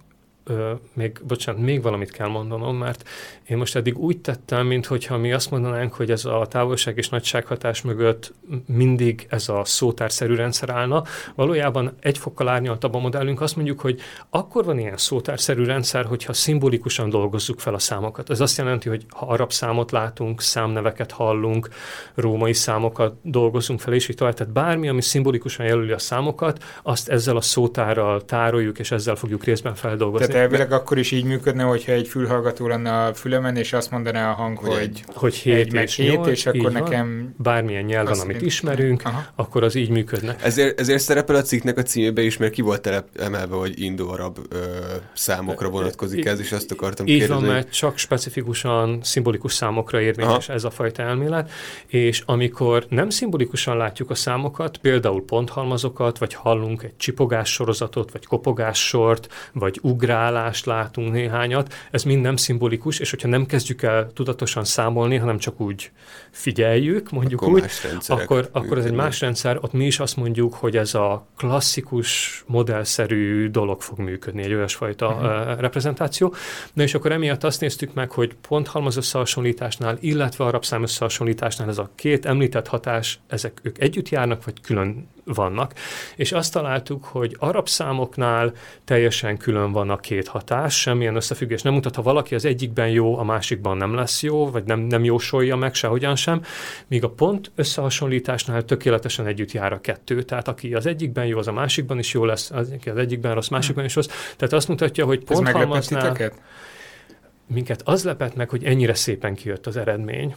még valamit kell mondanom, mert én most eddig úgy tettem, minthogyha mi azt mondanánk, hogy ez a távolság és nagysághatás mögött mindig ez a szótárszerű rendszer állna. Valójában egy fokkal árnyaltabb a modellünk, azt mondjuk, hogy akkor van ilyen szótárszerű rendszer, hogyha szimbolikusan dolgozzuk fel a számokat. Ez azt jelenti, hogy ha arab számot látunk, számneveket hallunk, római számokat dolgozunk fel, és így tovább. Tehát bármi, ami szimbolikusan jelöli a számokat, azt ezzel a szótárral tároljuk, és ezzel fogjuk részben feldolgozni. Tehát elvileg akkor is így működne, hogyha egy fülhallgató lenne a fülemen, és azt mondaná a hang, hogy 7 és 8, és akkor nekem... Bármilyen nyelven, amit ismerünk, akkor az így működne. Ezért szerepel a cikknek a címébe is, mert ki volt emelve, hogy indo-arab számokra vonatkozik ez, és azt akartam kérdezni. Így van, mert csak specifikusan szimbolikus számokra érvényes ez a fajta elmélet, és amikor nem szimbolikusan látjuk a számokat, például ponthalmazokat, vagy hallunk egy csipogás sorozatot, vagy kopogás sort, vagy ugrálást látunk néhányat, ez mind nem szimbolikus, és hogyha nem kezdjük el tudatosan számolni, hanem csak úgy figyeljük, mondjuk akkor úgy, akkor ez egy más rendszer, ott mi is azt mondjuk, hogy ez a klasszikus, modellszerű dolog fog működni, egy olyasfajta reprezentáció. Na és akkor emiatt azt néztük meg, hogy ponthalmaz összehasonlításnál, illetve arabszám összehasonlításnál ez a két említett hatás, ők együtt járnak, vagy külön vannak. És azt találtuk, hogy arab számoknál teljesen külön van a két hatás, semmilyen összefüggés nem mutat, ha valaki az egyikben jó, a másikban nem lesz jó, vagy nem jósolja meg sehogyan sem, míg a pont összehasonlításnál tökéletesen együtt jár a kettő, tehát aki az egyikben jó, az a másikban is jó lesz, aki az egyikben rossz, másikban is rossz. Tehát azt mutatja, hogy ponthalmaznál minket az lepett meg, hogy ennyire szépen kijött az eredmény.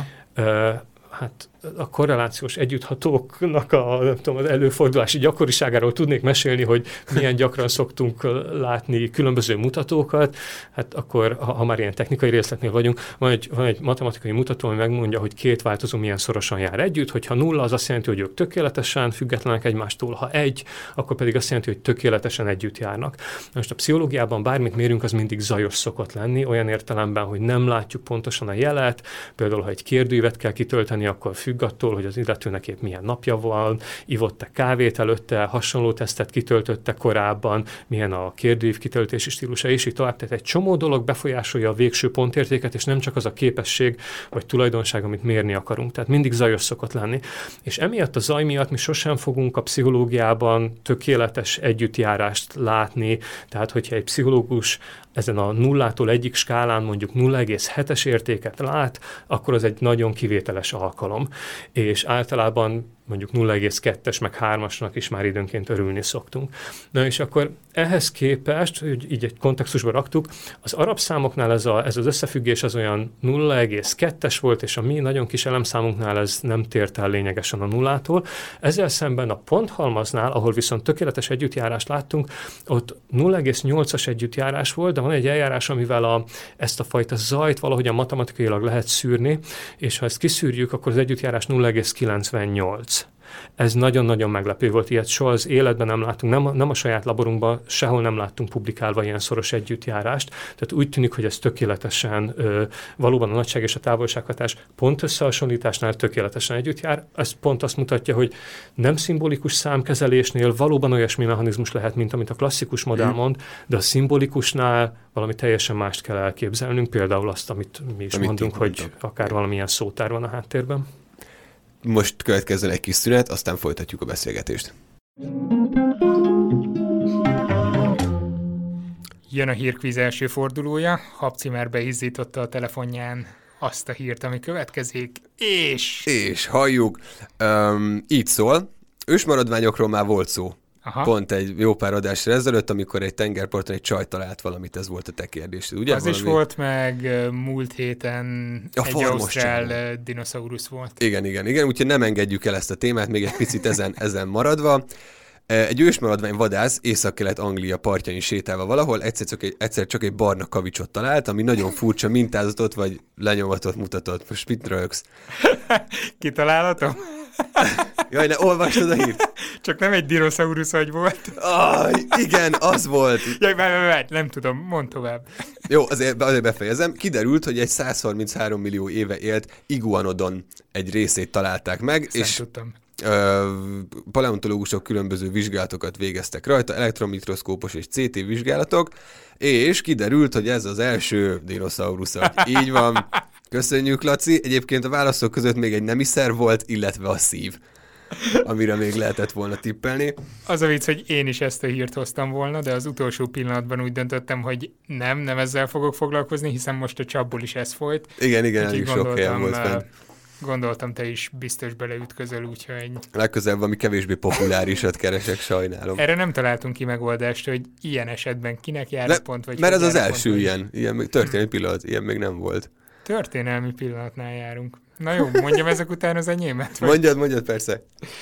Hát a korrelációs együtthatóknak az előfordulási gyakoriságáról tudnék mesélni, hogy milyen gyakran szoktunk látni különböző mutatókat, hát akkor, ha már ilyen technikai részletnél vagyunk, van egy matematikai mutató, ami megmondja, hogy két változó milyen szorosan jár együtt, hogyha 0, az azt jelenti, hogy ők tökéletesen függetlenek egymástól, ha 1, akkor pedig azt jelenti, hogy tökéletesen együtt járnak. Most a pszichológiában bármit mérünk, az mindig zajos szokott lenni, olyan értelemben, hogy nem látjuk pontosan a jelet, például ha egy kérdőívet kell kitölteni, akkor függ attól, hogy az illetőnek épp milyen napja van, ivott-e kávét előtte, hasonló tesztet kitöltötte korábban, milyen a kérdőív kitöltési stílusa, és így tovább. Tehát egy csomó dolog befolyásolja a végső pontértéket, és nem csak az a képesség vagy tulajdonság, amit mérni akarunk. Tehát mindig zajos szokott lenni. És emiatt a zaj miatt mi sosem fogunk a pszichológiában tökéletes együttjárást látni. Tehát, hogyha egy pszichológus ezen a 0-tól 1-ig skálán mondjuk 0,7-es értéket lát, akkor az egy nagyon kivételes alkalom. És általában mondjuk 0,2-es, meg 3-asnak is már időnként örülni szoktunk. Na és akkor ehhez képest, hogy így egy kontextusba raktuk, az arab számoknál ez az összefüggés az olyan 0,2-es volt, és a mi nagyon kis elemszámunknál ez nem tért el lényegesen a 0-tól. Ezzel szemben a ponthalmaznál, ahol viszont tökéletes együttjárást láttunk, ott 0,8-as együttjárás volt, de van egy eljárás, amivel ezt a fajta zajt valahogyan matematikailag lehet szűrni, és ha ezt kiszűrjük, akkor az együttjárás 0,98. Ez nagyon-nagyon meglepő volt, ilyet soha az életben nem láttunk, nem a saját laborunkban, sehol nem láttunk publikálva ilyen szoros együttjárást, tehát úgy tűnik, hogy ez tökéletesen, valóban a nagyság és a távolsághatás pont összehasonlításnál tökéletesen együtt jár. Ez pont azt mutatja, hogy nem szimbolikus számkezelésnél valóban olyasmi mechanizmus lehet, mint amit a klasszikus modell mond, de a szimbolikusnál valami teljesen mást kell elképzelnünk, például azt, amit mi is mondunk, hogy akár valamilyen szótár van a háttérben. Most következzen egy kis szünet, aztán folytatjuk a beszélgetést. Jön a hírkvíz első fordulója, Habci már beizzította a telefonján azt a hírt, ami következik, és halljuk. Így szól, ősmaradványokról már volt szó. Aha. Pont egy jó pár adásra ezelőtt, amikor egy tengerparton egy csaj talált valamit, ez volt a te kérdésed, ugye? Az valami... is volt, meg múlt héten egy ausztrál dinoszaurusz volt. Igen, úgyhogy nem engedjük el ezt a témát, még egy picit ezen maradva. Egy ősmaradvány vadász Észak-Kelet-Anglia partjain sétálva valahol egyszer csak egy barna kavicsot talált, ami nagyon furcsa mintázatot vagy lenyomatot mutatott. Most mit rögsz? Kitalálatom? Jaj, ne olvastad a hírt? Csak nem egy dinoszaurusz agy volt. Igen, az volt. Jaj, nem tudom, mondd tovább. Jó, azért befejezem. Kiderült, hogy egy 133 millió éve élt iguanodon egy részét találták meg, ezt és tudtam. Paleontológusok különböző vizsgálatokat végeztek rajta, elektronmikroszkópos és CT vizsgálatok, és kiderült, hogy ez az első dinoszaurusz agy. Így van. Köszönjük, Laci. Egyébként a válaszok között még egy nemiszer volt, illetve a szív, amire még lehetett volna tippelni. Az a vicc, hogy én is ezt a hírt hoztam volna, de az utolsó pillanatban úgy döntöttem, hogy nem ezzel fogok foglalkozni, hiszen most a csapból is ez folyt. Igen, elég sok helyen volt fent. Gondoltam, te is biztos beleütközöl, úgyhogy... Legközelebb valami kevésbé populárisat keresek, sajnálom. Erre nem találtunk ki megoldást, hogy ilyen esetben kinek jár a pont, vagy... Mert ez az első pont, ilyen történelmi pillanat, ilyen még nem volt. Történelmi pillanatnál járunk. Na jó, mondjam ezek után az enyémet? Mondjad, persze.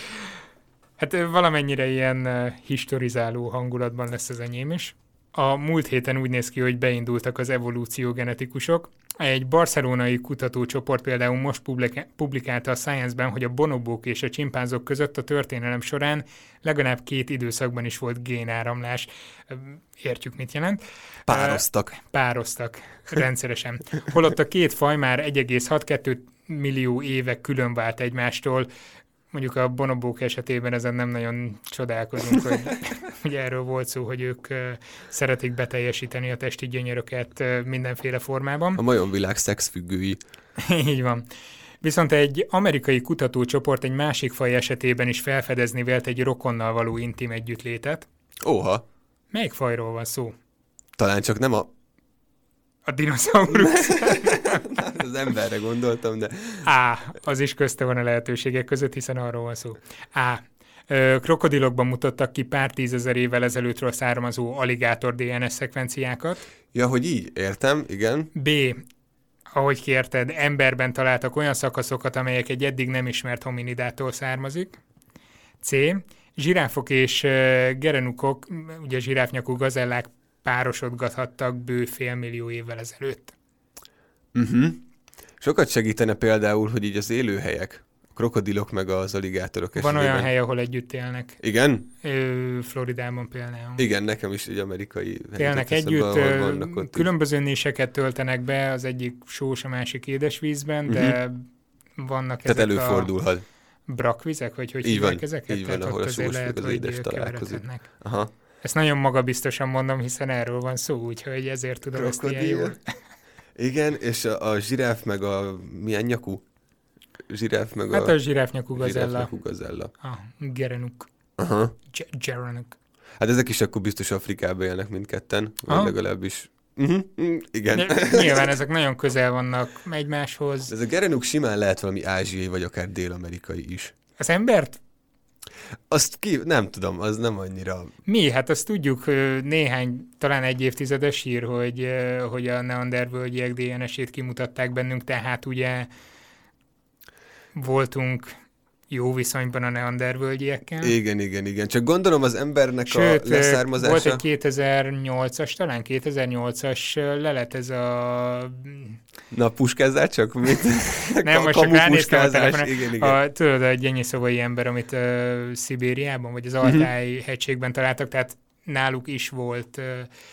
Hát valamennyire ilyen historizáló hangulatban lesz az enyém is. A múlt héten úgy néz ki, hogy beindultak az evolúciógenetikusok. Egy barcelonai kutatócsoport például most publikálta a Science-ben, hogy a bonobók és a csimpánzok között a történelem során legalább 2 időszakban is volt génáramlás. Értjük, mit jelent? Pároztak rendszeresen. Holott a 2 faj már 1,62 millió éve külön vált egymástól. Mondjuk a bonobók esetében ezen nem nagyon csodálkozunk, hogy erről volt szó, hogy ők szeretik beteljesíteni a testi gyönyöröket mindenféle formában. A majomvilág szexfüggői. Így van. Viszont egy amerikai kutatócsoport egy másik faj esetében is felfedezni vélt egy rokonnal való intim együttlétet. Óha. Melyik fajról van szó? Talán csak nem a dinoszaurusz. Az emberre gondoltam, de... Az is közte van a lehetőségek között, hiszen arról van szó. Krokodilokban mutattak ki pár 10 000 évvel ezelőttről származó aligátor DNS szekvenciákat. Ja, hogy így, értem, igen. B. Ahogy kérted, emberben találtak olyan szakaszokat, amelyek egy eddig nem ismert hominidától származik. C. Zsiráfok és gerenukok, ugye zsiráfnyakú gazellák párosodgathattak bő 500 millió évvel ezelőtt. Sokat segítene például, hogy így az élőhelyek, a krokodilok meg az aligátorok esetében. Van olyan hely, ahol együtt élnek. Igen? Floridában például. Igen, nekem is egy amerikai élnek együtt, különböző néseket töltenek be, az egyik sós, a másik édesvízben, de vannak ezek előfordulhat. Brakvizek, vagy hogy hívják ezeket? Így van, ahol a sós meg az édes találkozik. Aha. Ezt nagyon magabiztosan mondom, hiszen erről van szó, úgyhogy ezért tudom ezt ilyen jól. Igen, és a zsiráf meg a milyen nyakú? Zsiráf meg a zsiráfnyakú gazella. Zsiráfnyakú gazella. Gerenuk. Aha. Gerenuk. Hát ezek is akkor biztos Afrikában élnek mindketten, vagy legalábbis. Igen. Nyilván ezek nagyon közel vannak egymáshoz. Ez a gerenuk simán lehet valami ázsiai, vagy akár dél-amerikai is. Az embert? Nem tudom, az nem annyira... Mi? Hát azt tudjuk, talán 1 évtizedes hír, hogy a neandervölgyiek DNS-ét kimutatták bennünk, tehát ugye voltunk jó viszonyban a neandervölgyiekkel. Igen. Csak gondolom az embernek a leszármazása... volt egy 2008-as, talán 2008-as lelet ez a... Na, puskázzál csak? Nem, most csak ránéztem a telefonon. Igen. Tudod, a Gyenyiszovai ember, amit Szibériában, vagy az Altáj hegységben találtak, tehát náluk is volt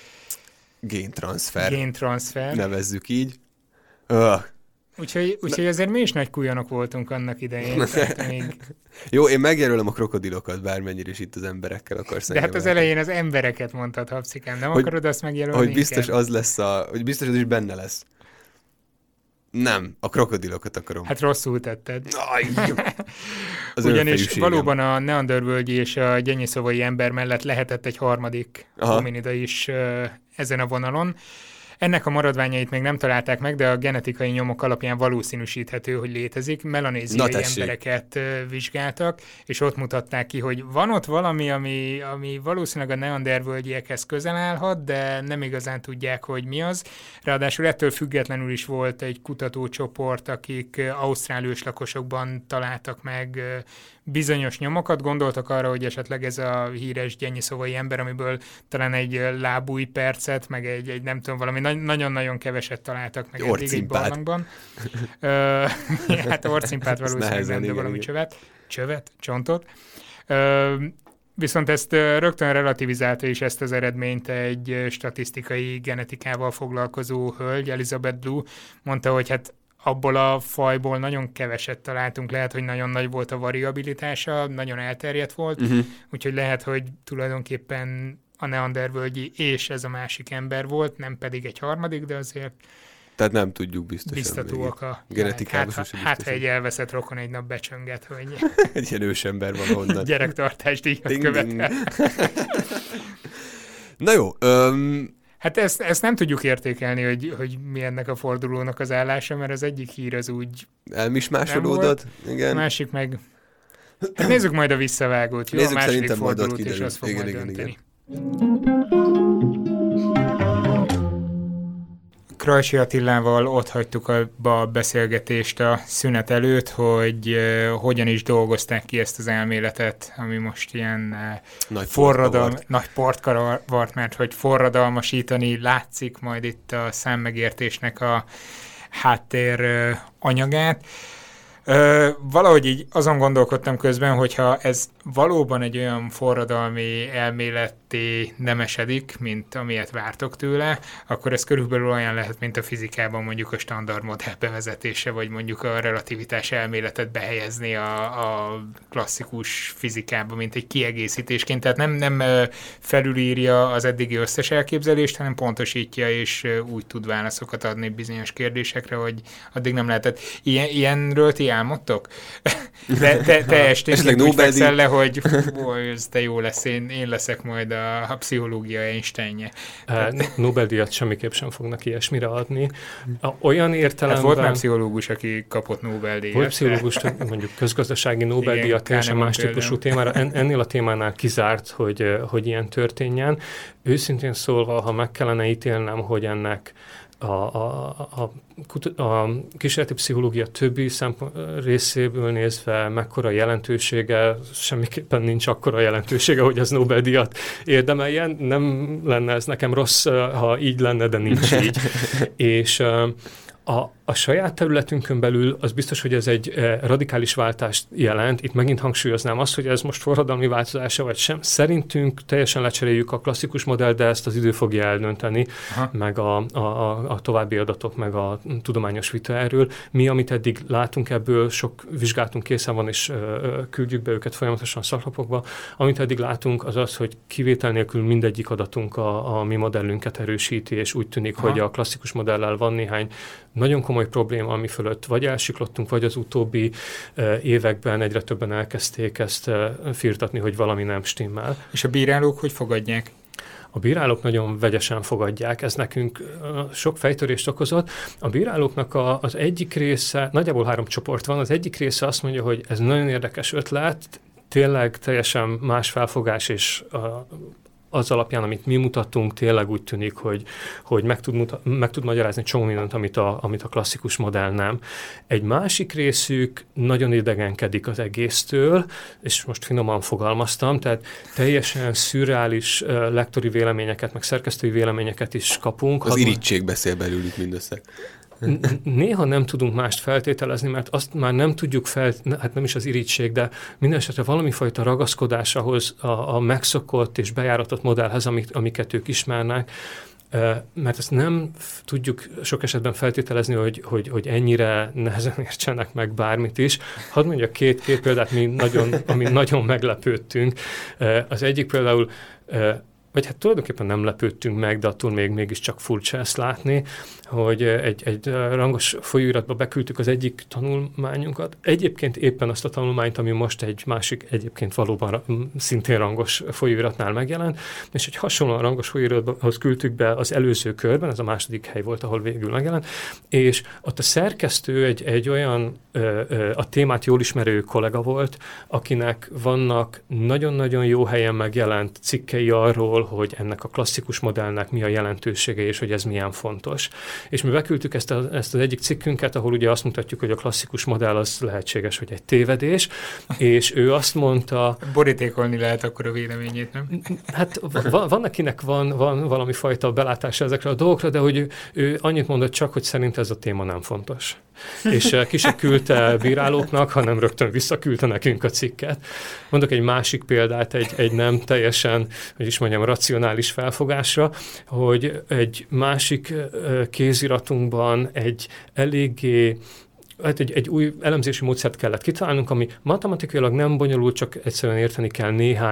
géntranszfer. Nevezzük így. Úgyhogy azért mi is nagy kujonok voltunk annak idején. Még... Jó, én megjelölöm a krokodilokat, bármennyire is itt az emberekkel akarsz. De hát az elején az embereket mondtad, Habszikám. Nem akarod azt megjelölni? Hogy biztos az lesz hogy biztos az is benne lesz. Nem, a krokodilokat akarom. Hát rosszul tetted. Ugyanis valóban a neandervölgyi és a gyenyiszovai ember mellett lehetett egy harmadik hominida is ezen a vonalon. Ennek a maradványait még nem találták meg, de a genetikai nyomok alapján valószínűsíthető, hogy létezik. Melanéziai embereket vizsgáltak, és ott mutatták ki, hogy van ott valami, ami valószínűleg a neandervölgyiekhez közel állhat, de nem igazán tudják, hogy mi az. Ráadásul ettől függetlenül is volt egy kutatócsoport, akik ausztrál őslakosokban találtak meg bizonyos nyomokat, gondoltak arra, hogy esetleg ez a híres gyenyiszovai ember, amiből talán egy lábújpercet, meg egy nem tudom, valami nagyon-nagyon keveset találtak meg eddig egy barlangban. Hát orcimpát valószínűleg nem, de valami csontot. Viszont ezt rögtön relativizálta is ezt az eredményt egy statisztikai genetikával foglalkozó hölgy, Elizabeth Blue, mondta, hogy hát abból a fajból nagyon keveset találtunk, lehet, hogy nagyon nagy volt a variabilitása, nagyon elterjedt volt, úgyhogy lehet, hogy tulajdonképpen a neandervölgyi és ez a másik ember volt, nem pedig egy harmadik, de azért tehát nem tudjuk biztosan. Biztatóak a genetikában. Hát, ha egy elveszett rokon egy nap becsönget, hogy egy ilyen ősember van onnan. Gyerektartást díjat követel. Na jó. Hát ezt nem tudjuk értékelni, hogy mi ennek a fordulónak az állása, mert az egyik hír az úgy elmismásolódott. Igen. A másik meg... Hát nézzük majd a visszavágót, jó? Nézzük, a második fordulót, és azt fog majd dönteni. Igen. Krajcsi Attilával ott hagytuk a beszélgetést a szünet előtt, hogy hogyan is dolgozták ki ezt az elméletet, ami most ilyen nagy portkavart, mert hogy forradalmasítani látszik majd itt a számmegértésnek a háttér anyagát. Valahogy így azon gondolkodtam közben, hogyha ez valóban egy olyan forradalmi elméletté nem esedik, mint amilyet vártok tőle, akkor ez körülbelül olyan lehet, mint a fizikában mondjuk a standard modell bevezetése, vagy mondjuk a relativitás elméletet behelyezni a klasszikus fizikába, mint egy kiegészítésként. Tehát nem felülírja az eddigi összes elképzelést, hanem pontosítja, és úgy tud válaszokat adni bizonyos kérdésekre, hogy addig nem lehetett. Ilyenről ti álmodtok? Te esténként úgy fekszel le, hogy ez te jó lesz, én leszek majd a pszichológia Einsteinje. Nobel-díjat semmiképp sem fognak ilyesmire adni. Olyan értelemben... Hát volt már pszichológus, aki kapott Nobel-díjat. Volt pszichológus, mondjuk közgazdasági Nobel-díjat, teljesen más típusú témára. Ennél a témánál kizárt, hogy ilyen történjen. Őszintén szólva, ha meg kellene ítélnem, hogy ennek a kísérleti pszichológia többi részéből nézve mekkora jelentősége, semmiképpen nincs akkora jelentősége, hogy ez Nobel-díjat érdemeljen. Nem lenne ez nekem rossz, ha így lenne, de nincs így. És a saját területünkön belül az biztos, hogy ez egy radikális váltást jelent. Itt megint hangsúlyoznám azt, hogy ez most forradalmi változása vagy sem. Szerintünk teljesen lecseréljük a klasszikus modellt, de ezt az idő fogja eldönteni, meg a további adatok, meg a tudományos vita erről. Mi, amit eddig látunk ebből, sok vizsgálatunk készen van, és küldjük be őket folyamatosan szaklapokba. Amit eddig látunk, az az, hogy kivétel nélkül mindegyik adatunk a mi modellünket erősíti, és úgy tűnik, hogy a klasszikus modellel van néhány nagyon komoly probléma, ami fölött vagy elsiklottunk, vagy az utóbbi években egyre többen elkezdték ezt firtatni, hogy valami nem stimmel. És a bírálók hogy fogadják? A bírálók nagyon vegyesen fogadják, ez nekünk sok fejtörést okozott. A bírálóknak az egyik része, nagyjából 3 csoport van, az egyik része azt mondja, hogy ez nagyon érdekes ötlet, tényleg teljesen más felfogás, és az alapján, amit mi mutattunk, tényleg úgy tűnik, hogy meg tud magyarázni csomó mindent, amit a klasszikus modell nem. Egy másik részük nagyon idegenkedik az egésztől, és most finoman fogalmaztam, tehát teljesen szürreális lektori véleményeket, meg szerkesztői véleményeket is kapunk. Az irigység beszél belőlük mindössze. Néha nem tudunk mást feltételezni, mert azt már nem tudjuk hát nem is az irigység, de minden esetre valami fajta ragaszkodás ahhoz a megszokott és bejáratott modellhez, amiket ők ismernek, mert ezt nem tudjuk sok esetben feltételezni, hogy ennyire nehezen értsenek meg bármit is. Hadd mondjak két példát, ami nagyon meglepődtünk. Az egyik például, vagy hát tulajdonképpen nem lepődtünk meg, de attól mégiscsak furcsa ezt látni, hogy egy rangos folyóiratba beküldtük az egyik tanulmányunkat. Egyébként éppen azt a tanulmányt, ami most egy másik, egyébként valóban szintén rangos folyóiratnál megjelent, és egy hasonlóan rangos folyóirathoz küldtük be az előző körben, ez a második hely volt, ahol végül megjelent, és ott a szerkesztő egy olyan a témát jól ismerő kollega volt, akinek vannak nagyon-nagyon jó helyen megjelent cikkei arról, hogy ennek a klasszikus modellnek mi a jelentősége, és hogy ez milyen fontos. És mi beküldtük ezt az egyik cikkünket, ahol ugye azt mutatjuk, hogy a klasszikus modell az lehetséges, hogy egy tévedés, és ő azt mondta... Borítékolni lehet akkor a véleményét, nem? Hát van akinek van valami fajta belátása ezekre a dolgokra, de hogy ő annyit mondott csak, hogy szerint ez a téma nem fontos. És ki se küldte bírálóknak, hanem rögtön visszaküldte nekünk a cikket. Mondok egy másik példát, egy nem teljesen, hogy is mondjam, racionális felfogásra, hogy egy másik kéziratunkban egy eléggé egy új elemzési módszert kellett kitalálnunk, ami matematikailag nem bonyolult, csak egyszerűen érteni kell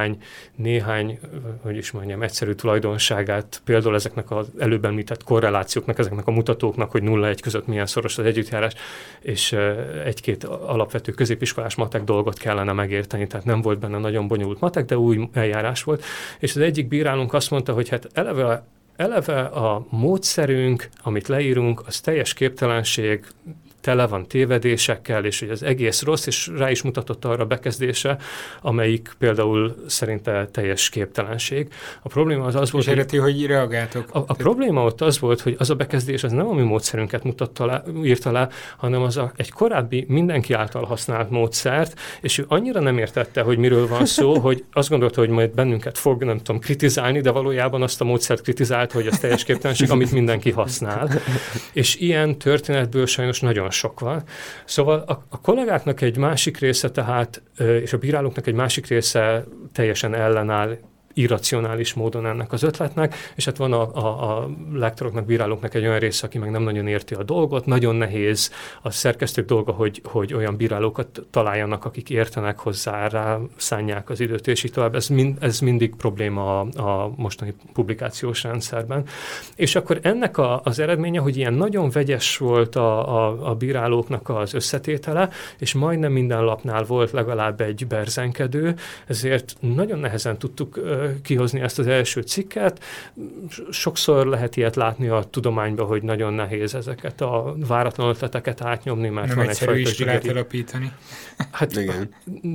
néhány, hogy is mondjam, egyszerű tulajdonságát, például ezeknek az előbb említett korrelációknak, ezeknek a mutatóknak, hogy 0-1 között milyen szoros az együttjárás, és egy-két alapvető középiskolás matek dolgot kellene megérteni, tehát nem volt benne nagyon bonyolult matek, de új eljárás volt. És az egyik bírálunk azt mondta, hogy hát eleve a módszerünk, amit leírunk, az teljes képtelenség, tele van tévedésekkel, és hogy az egész rossz, és rá is mutatott arra a bekezdése, amelyik például szerinte teljes képtelenség. A probléma az volt, hogy reagáltok. A probléma ott az volt, hogy az a bekezdés az nem a mi módszerünket írta le, hanem az egy korábbi mindenki által használt módszert, és ő annyira nem értette, hogy miről van szó, hogy azt gondolta, hogy majd bennünket fog, nem tudom, kritizálni, de valójában azt a módszert kritizálta, hogy az teljes képtelenség, amit mindenki használ. És ilyen történetből sajnos nagyon sok van. Szóval a kollégáknak egy másik része tehát, és a bírálóknak egy másik része teljesen ellenáll irracionális módon ennek az ötletnek, és hát van a lektoroknak, bírálóknak egy olyan része, aki meg nem nagyon érti a dolgot, nagyon nehéz a szerkesztők dolga, hogy olyan bírálókat találjanak, akik értenek hozzá, rá szánják az időt, és így tovább. Ez mindig probléma a mostani publikációs rendszerben. És akkor ennek az eredménye, hogy ilyen nagyon vegyes volt a bírálóknak az összetétele, és majdnem minden lapnál volt legalább egy berzenkedő, ezért nagyon nehezen tudtuk kihozni ezt az első cikket. Sokszor lehet ilyet látni a tudományban, hogy nagyon nehéz ezeket a váratlan ötleteket átnyomni, mert nem van egyfajta zsigeri. Alapítani. Hát igen.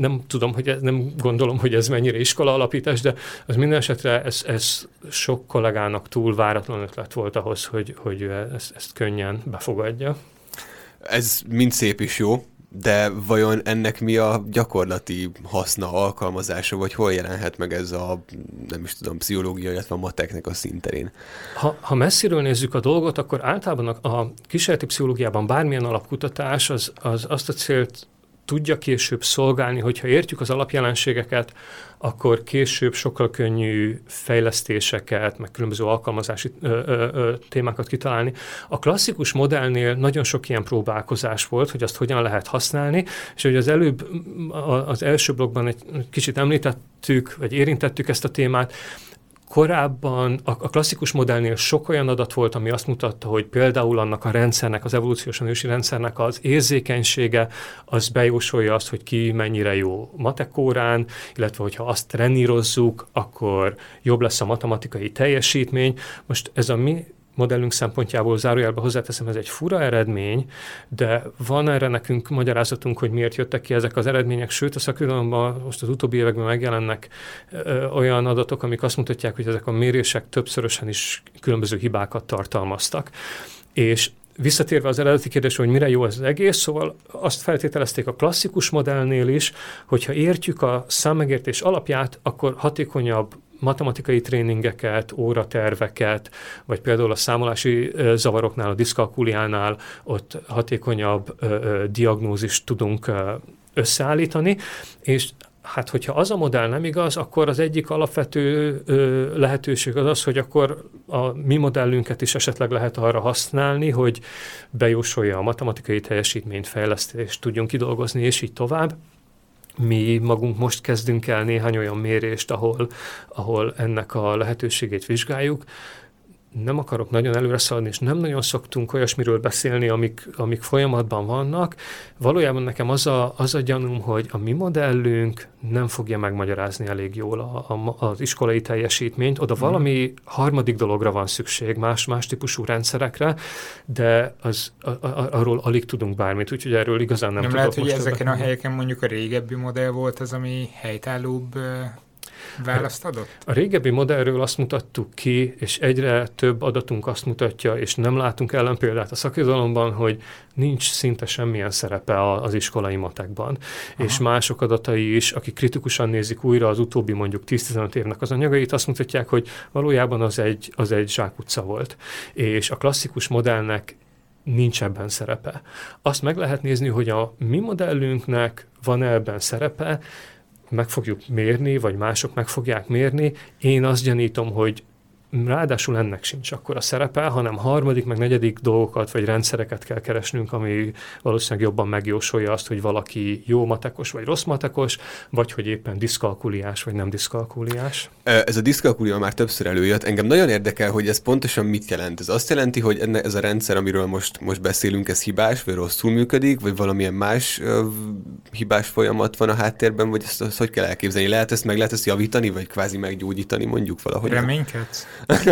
Nem gondolom, hogy ez mennyire iskola alapítás, de az minden esetre ez sok kollégának túl váratlan ötlet volt ahhoz, hogy ezt könnyen befogadja. Ez mind szép és jó, de vajon ennek mi a gyakorlati haszna, alkalmazása, vagy hol jelenhet meg ez a, nem is tudom, pszichológia, illetve a mateknek a színterén? Ha messziről nézzük a dolgot, akkor általában a kísérleti pszichológiában bármilyen alapkutatás az azt a célt tudja később szolgálni, hogyha értjük az alapjelenségeket, akkor később sokkal könnyű fejlesztéseket, meg különböző alkalmazási témákat kitalálni. A klasszikus modellnél nagyon sok ilyen próbálkozás volt, hogy azt hogyan lehet használni, és hogy az előbb az első blogban egy kicsit említettük, vagy érintettük ezt a témát. Korábban a klasszikus modellnél sok olyan adat volt, ami azt mutatta, hogy például annak a rendszernek, az evolúciósan ősi rendszernek az érzékenysége, az bejósolja azt, hogy ki mennyire jó matekórán, illetve hogyha azt trenírozzuk, akkor jobb lesz a matematikai teljesítmény. Most ez a mi modellünk szempontjából zárójelbe hozzáteszem, ez egy fura eredmény, de van erre nekünk magyarázatunk, hogy miért jöttek ki ezek az eredmények, sőt a szakirodalomban most az utóbbi években megjelennek olyan adatok, amik azt mutatják, hogy ezek a mérések többszörösen is különböző hibákat tartalmaztak. És visszatérve az eredeti kérdésre, hogy mire jó ez az egész, szóval azt feltételezték a klasszikus modellnél is, hogyha értjük a számmegértés alapját, akkor hatékonyabb matematikai tréningeket, óraterveket, vagy például a számolási zavaroknál, a diszkalkuliánál ott hatékonyabb diagnózist tudunk összeállítani, és hát, hogyha az a modell nem igaz, akkor az egyik alapvető lehetőség az, hogy akkor a mi modellünket is esetleg lehet arra használni, hogy bejósolja a matematikai teljesítményfejlesztést, tudjunk kidolgozni, és így tovább. Mi magunk most kezdünk el néhány olyan mérést, ahol ennek a lehetőségét vizsgáljuk. Nem akarok nagyon előre szaladni, és nem nagyon szoktunk olyasmiről beszélni, amik folyamatban vannak. Valójában nekem az a gyanúm, hogy a mi modellünk nem fogja megmagyarázni elég jól az iskolai teljesítményt. Oda valami harmadik dologra van szükség, más típusú rendszerekre, de arról alig tudunk bármit, úgyhogy erről igazán nem tudok. Lehet, hogy ezeken a helyeken mondjuk a régebbi modell volt az, ami helytállóbb választ adott? A régebbi modellről azt mutattuk ki, és egyre több adatunk azt mutatja, és nem látunk ellenpéldát a szakirodalomban, hogy nincs szinte semmilyen szerepe az iskolai matekban. Aha. És mások adatai is, akik kritikusan nézik újra az utóbbi mondjuk 10-15 évnek az anyagait, azt mutatják, hogy valójában az egy zsákutca volt. És a klasszikus modellnek nincs ebben szerepe. Azt meg lehet nézni, hogy a mi modellünknek van ebben szerepe, meg fogjuk mérni, vagy mások meg fogják mérni. Én azt gyanítom, hogy ráadásul ennek sincs akkor a szerepe, hanem harmadik, meg negyedik dolgokat, vagy rendszereket kell keresnünk, ami valószínűleg jobban megjósolja azt, hogy valaki jó matekos, vagy rossz matekos, vagy hogy éppen diszkalkuliás, vagy nem diszkalkuliás. Ez a diszkalkulia már többször előjött. Engem nagyon érdekel, hogy ez pontosan mit jelent. Ez azt jelenti, hogy ez a rendszer, amiről most beszélünk, ez hibás, vagy rosszul működik, vagy valamilyen más hibás folyamat van a háttérben, vagy ezt hogy kell elképzelni? Meg lehet ezt javítani, vagy kvázi meggyógyítani, mondjuk valahogy? Reménykedsz?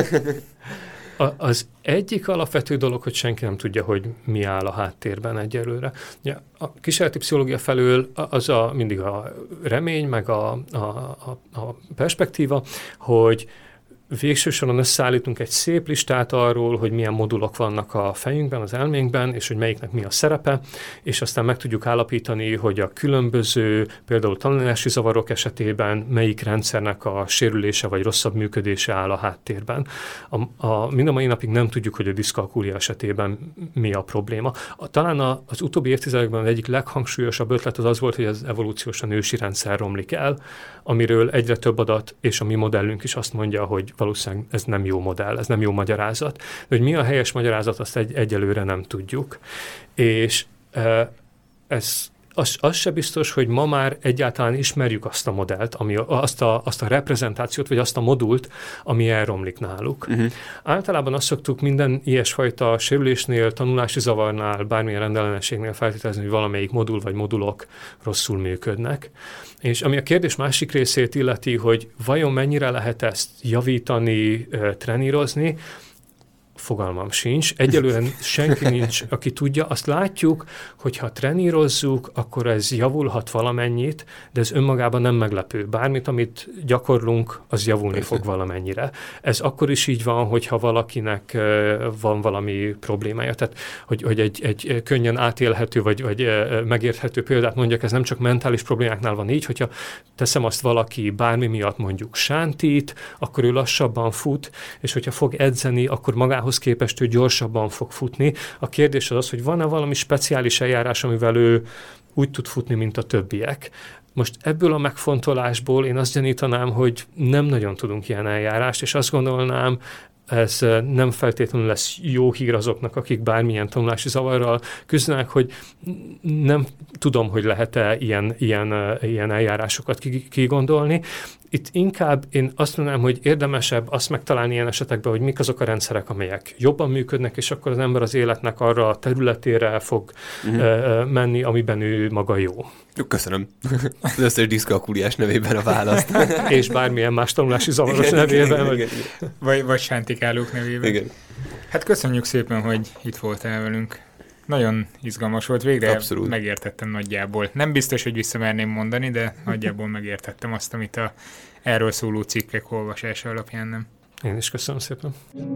Az egyik alapvető dolog, hogy senki nem tudja, hogy mi áll a háttérben egyelőre. Ja, a kísérleti pszichológia felől az mindig a remény, meg a perspektíva, hogy végső soron összeállítunk egy szép listát arról, hogy milyen modulok vannak a fejünkben, az elménkben, és hogy melyiknek mi a szerepe, és aztán meg tudjuk állapítani, hogy a különböző, például tanulási zavarok esetében melyik rendszernek a sérülése vagy rosszabb működése áll a háttérben. Mind a mai napig nem tudjuk, hogy a diszkalkulia esetében mi a probléma. Talán az utóbbi évtizedekben az egyik leghangsúlyosabb ötlet az volt, hogy az evolúciósan ősi rendszer romlik el, amiről egyre több adat, és a mi modellünk is azt mondja, hogy valószínűleg ez nem jó modell, ez nem jó magyarázat. De hogy mi a helyes magyarázat, azt egyelőre nem tudjuk. És az se biztos, hogy ma már egyáltalán ismerjük azt a modellt, azt a reprezentációt, vagy azt a modult, ami elromlik náluk. Általában azt szoktuk minden ilyesfajta sérülésnél, tanulási zavarnál, bármilyen rendellenességnél feltételezni, hogy valamelyik modul vagy modulok rosszul működnek. És ami a kérdés másik részét illeti, hogy vajon mennyire lehet ezt javítani, trenírozni, fogalmam sincs. Egyelőre senki nincs, aki tudja. Azt látjuk, hogy ha trenírozzuk, akkor ez javulhat valamennyit, de ez önmagában nem meglepő. Bármit, amit gyakorlunk, az javulni fog valamennyire. Ez akkor is így van, hogyha valakinek van valami problémája. Tehát, hogy egy könnyen átélhető, vagy megérthető példát mondjak, ez nem csak mentális problémáknál van így, hogyha teszem azt valaki bármi miatt mondjuk sántít, akkor ő lassabban fut, és hogyha fog edzeni, akkor magához képest ő gyorsabban fog futni. A kérdés az, hogy van-e valami speciális eljárás, amivel ő úgy tud futni, mint a többiek. Most ebből a megfontolásból én azt gyanítanám, hogy nem nagyon tudunk ilyen eljárást, és azt gondolnám, ez nem feltétlenül lesz jó hír azoknak, akik bármilyen tanulási zavarral küzdenek, hogy nem tudom, hogy lehet-e ilyen eljárásokat kigondolni. Itt inkább én azt mondanám, hogy érdemesebb azt megtalálni ilyen esetekben, hogy mik azok a rendszerek, amelyek jobban működnek, és akkor az ember az életnek arra a területére fog menni, amiben ő maga jó. Köszönöm. Az összes diszkalkuliás nevében a választ. És bármilyen más tanulási zavaros nevében. Vagy sántikálók nevében. Igen. Hát köszönjük szépen, hogy itt voltál velünk. Nagyon izgalmas volt, végre Abszolút. Megértettem nagyjából. Nem biztos, hogy visszamerném mondani, de nagyjából megértettem azt, amit erről szóló cikkek olvasása alapján nem. Én is köszönöm szépen.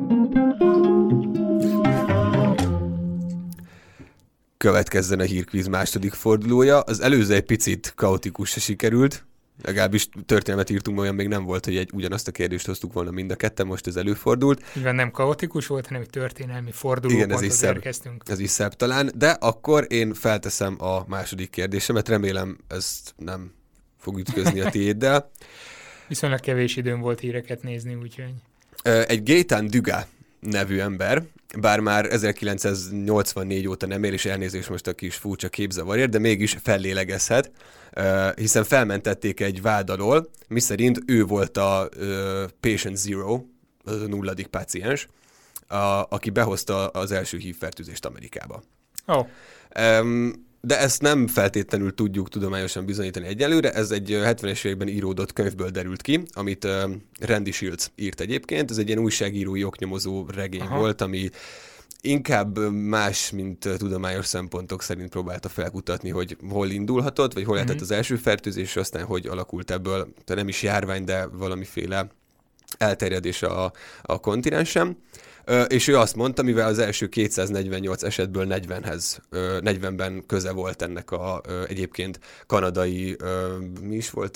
Következzen a hírkvíz második fordulója. Az előző egy picit kaotikusra sikerült, legalábbis történelmet írtunk, olyan még nem volt, hogy ugyanazt a kérdést hoztuk volna mind a ketten, most ez előfordult. Igen, nem kaotikus volt, hanem egy történelmi fordulóponthoz érkeztünk. Ez is szebb talán, de akkor én felteszem a második kérdésemet, remélem ezt nem fog ütközni a tiéddel. Viszonylag kevés időm volt híreket nézni, úgyhogy... Egy Gaétan Dugas nevű ember, bár már 1984 óta nem él, és elnézést most a kis furcsa képzavarért, de mégis fellélegezhet, hiszen felmentették egy vád alól, miszerint ő volt a Patient Zero, az a 0. páciens, aki behozta az első hívfertőzést Amerikába. Oh. De ezt nem feltétlenül tudjuk tudományosan bizonyítani egyelőre, ez egy 70-es években íródott könyvből derült ki, amit Randy Shields írt egyébként, ez egy ilyen újságírói oknyomozó regény volt, ami inkább más, mint tudományos szempontok szerint próbálta felkutatni, hogy hol indulhatott, vagy hol lehetett az első fertőzés, és aztán hogy alakult ebből, nem is járvány, de valamiféle elterjedés a kontinensen. És ő azt mondta, mivel az első 248 esetből 40-ben köze volt ennek egyébként kanadai, mi is volt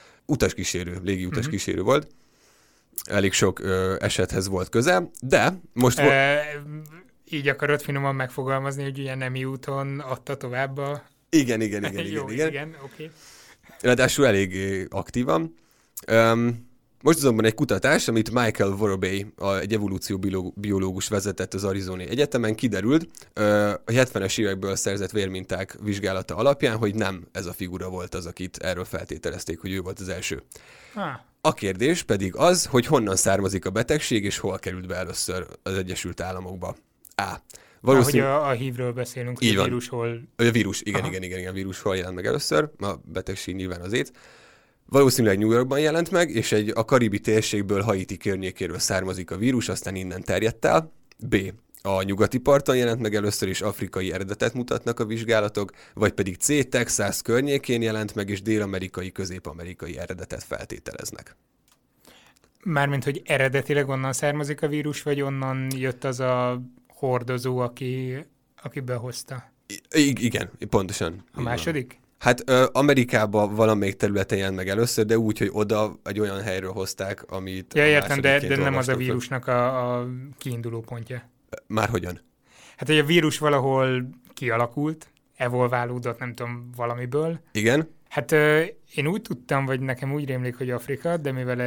légi utaskísérő volt. Elég sok esethez volt köze, de most... Így akarod finoman megfogalmazni, hogy ugye nemi úton adta tovább a... Igen. Jó, igen, oké. Ráadásul elég aktívan. Most azonban egy kutatás, amit Michael Worobey, egy evolúcióbiológus vezetett az Arizonai Egyetemen, kiderült a 70-es évekből szerzett vérminták vizsgálata alapján, hogy nem ez a figura volt az, akit erről feltételezték, hogy ő volt az első. A kérdés pedig az, hogy honnan származik a betegség, és hol került be először az Egyesült Államokba. Hogy a hívről beszélünk, hogy a vírus hol... A vírus, igen, a vírus hol jelent meg először, a betegség nyilván az AIDS. Valószínűleg New Yorkban jelent meg, és a karibi térségből, Haiti környékéről származik a vírus, aztán innen terjedt el. B. A nyugati parton jelent meg először, és afrikai eredetet mutatnak a vizsgálatok, vagy pedig C. Texas környékén jelent meg, és dél-amerikai, közép-amerikai eredetet feltételeznek. Mármint, hogy eredetileg onnan származik a vírus, vagy onnan jött az a hordozó, aki behozta? Igen, pontosan. A második? Hát Amerikában valamelyik területen jelent meg először, de úgy, hogy oda egy olyan helyről hozták, amit... Ja, értem, de nem az a vírusnak a kiinduló pontja. Már hogyan? Hát, hogy a vírus valahol kialakult, evolválódott, nem tudom, valamiből. Igen. Hát én úgy tudtam, vagy nekem úgy rémlik, hogy Afrika, de mivel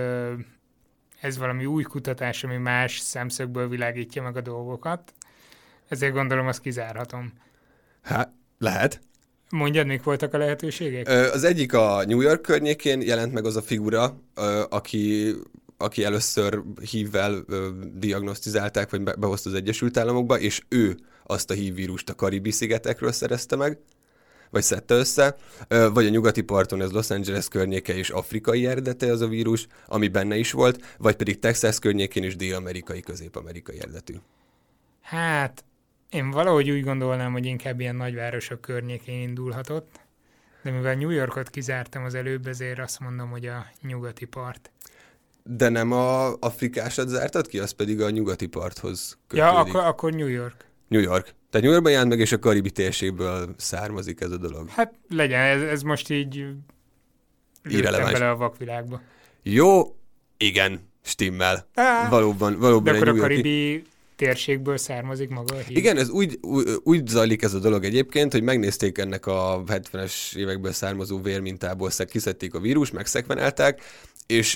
ez valami új kutatás, ami más szemszögből világítja meg a dolgokat, ezért gondolom, azt kizárhatom. Hát, lehet. Mondjad, mik voltak a lehetőségek? Az egyik a New York környékén jelent meg az a figura, aki először HIV-vel diagnosztizálták, vagy behozta az Egyesült Államokba, és ő azt a HIV vírust a Karibi-szigetekről szerezte meg, vagy szedte össze, vagy a nyugati parton ez Los Angeles környéke és afrikai eredete az a vírus, ami benne is volt, vagy pedig Texas környékén és dél-amerikai, közép-amerikai eredetű. Hát... Én valahogy úgy gondolnám, hogy inkább ilyen nagyvárosok környékén indulhatott, de mivel New Yorkot kizártam az előbb, ezért azt mondom, hogy a nyugati part. De nem a afrikásat zártad ki, az pedig a nyugati parthoz kötődik. Ja, akkor New York. New York. Tehát New Yorkban jelent meg, és a karibi térségből származik ez a dolog. Hát legyen, ez most így lőttem bele a vakvilágba. Jó, igen, stimmel. Valóban de akkor a karibi térségből származik maga a hív. Igen, ez úgy zajlik ez a dolog egyébként, hogy megnézték ennek a 70-es évekből származó vérmintából, kiszedték a vírus, megszekvenálták, és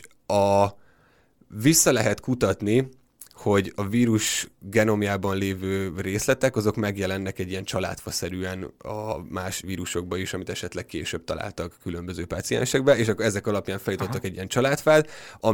vissza lehet kutatni, hogy a vírus genomjában lévő részletek, azok megjelennek egy ilyen családfaszerűen a más vírusokba is, amit esetleg később találtak különböző páciensekbe, és akkor ezek alapján felítottak egy ilyen családfát,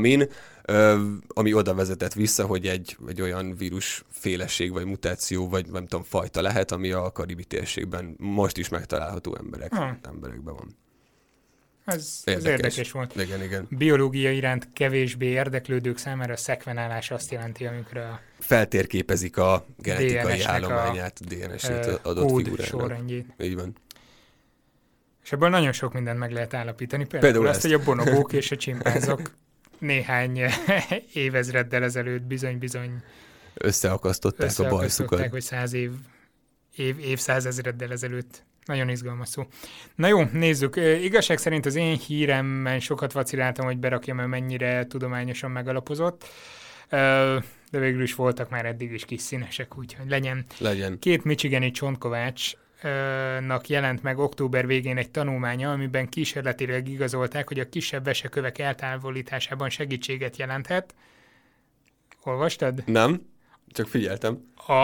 ami oda vezetett vissza, hogy egy olyan vírusféleség, vagy mutáció, vagy nem tudom, fajta lehet, ami a karibi térségben most is megtalálható emberekben van. Ez érdekes volt. Igen. Biológia iránt kevésbé érdeklődők számára a szekvenálás azt jelenti, amikor a feltérképezik a genetikai DNS-nek állományát, a DNS-ét adott figurának. sorrendjét. Így van. És ebből nagyon sok mindent meg lehet állapítani. Például azt, hogy a bonobók és a csimpánzok néhány évezreddel ezelőtt bizony összeakasztották a bajszukat. hogy 100 évszázezreddel ezelőtt. Nagyon izgalmas szó. Na jó, nézzük. Igazság szerint az én híremben sokat vaciláltam, hogy berakjam, mennyire tudományosan megalapozott, de végül is voltak már eddig is kis színesek, úgyhogy legyen. 2 michigani csontkovácsnak jelent meg október végén egy tanulmánya, amiben kísérletileg igazolták, hogy a kisebb vesekövek eltávolításában segítséget jelenthet. Olvastad? Nem, csak figyeltem.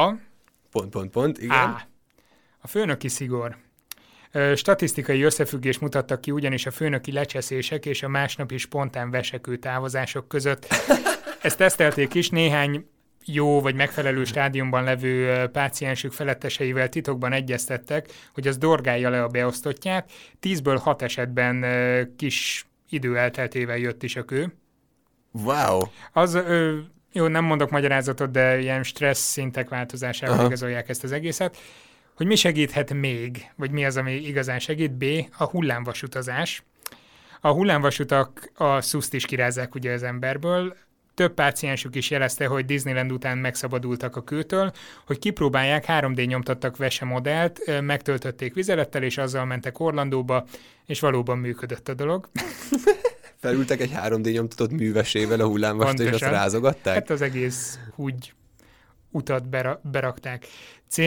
Igen. A főnöki szigor. Statisztikai összefüggést mutattak ki ugyanis a főnöki lecseszések és a másnapi spontán vesekő távozások között. Ezt tesztelték is, néhány jó vagy megfelelő stádiumban levő páciensük feletteseivel titokban egyeztettek, hogy az dorgálja le a beosztottját. 10-ből 6 esetben kis idő elteltével jött is a kő. Wow! Jó, nem mondok magyarázatot, de ilyen stressz szintek változásával igazolják ezt az egészet. Hogy mi segíthet még, vagy mi az, ami igazán segít? B. A hullámvasutazás. A hullámvasutak a szuszt is kirázzák ugye az emberből. Több páciensük is jelezte, hogy Disneyland után megszabadultak a kőtől, hogy kipróbálják, 3D nyomtattak vesemodellt, megtöltötték vizelettel, és azzal mentek Orlandóba, és valóban működött a dolog. Felültek egy 3D nyomtatott művesével a hullámvasut, és azt rázogatták? Hát az egész úgy utat berakták. C.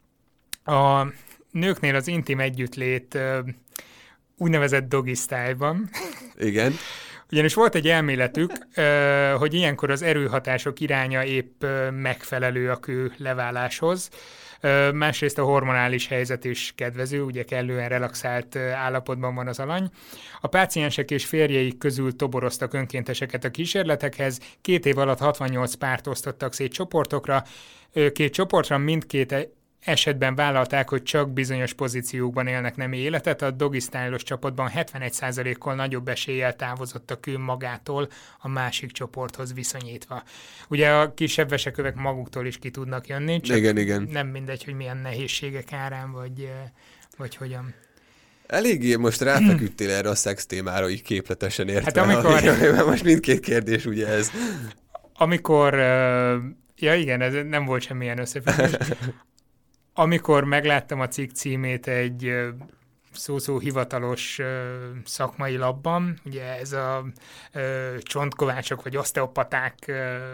A nőknél az intim együttlét úgynevezett doggy style-ban. Igen. Ugyanis volt egy elméletük, hogy ilyenkor az erőhatások iránya épp megfelelő a kő leváláshoz. Másrészt a hormonális helyzet is kedvező, ugye kellően relaxált állapotban van az alany. A páciensek és férjeik közül toboroztak önkénteseket a kísérletekhez, 2 év alatt 68 párt osztottak szét csoportokra, 2 csoportra mindkét esetben vállalták, hogy csak bizonyos pozíciókban élnek nemi életet, a doggy style-os csapatban 71%-kal nagyobb eséllyel távozott a kő magától a másik csoporthoz viszonyítva. Ugye a kisebb vesekövek maguktól is ki tudnak jönni, csak igen. Nem mindegy, hogy milyen nehézségek árán, vagy hogyan. Eléggé most ráfeküdtél erre a szex témára, így képletesen értve. Hát amikor... Most mindkét kérdés ugye ez. Amikor... Ja igen, ez nem volt semmilyen összefüggés. Amikor megláttam a cikk címét egy szó-szó hivatalos szakmai labban, ugye ez a csontkovácsok vagy oszteopaták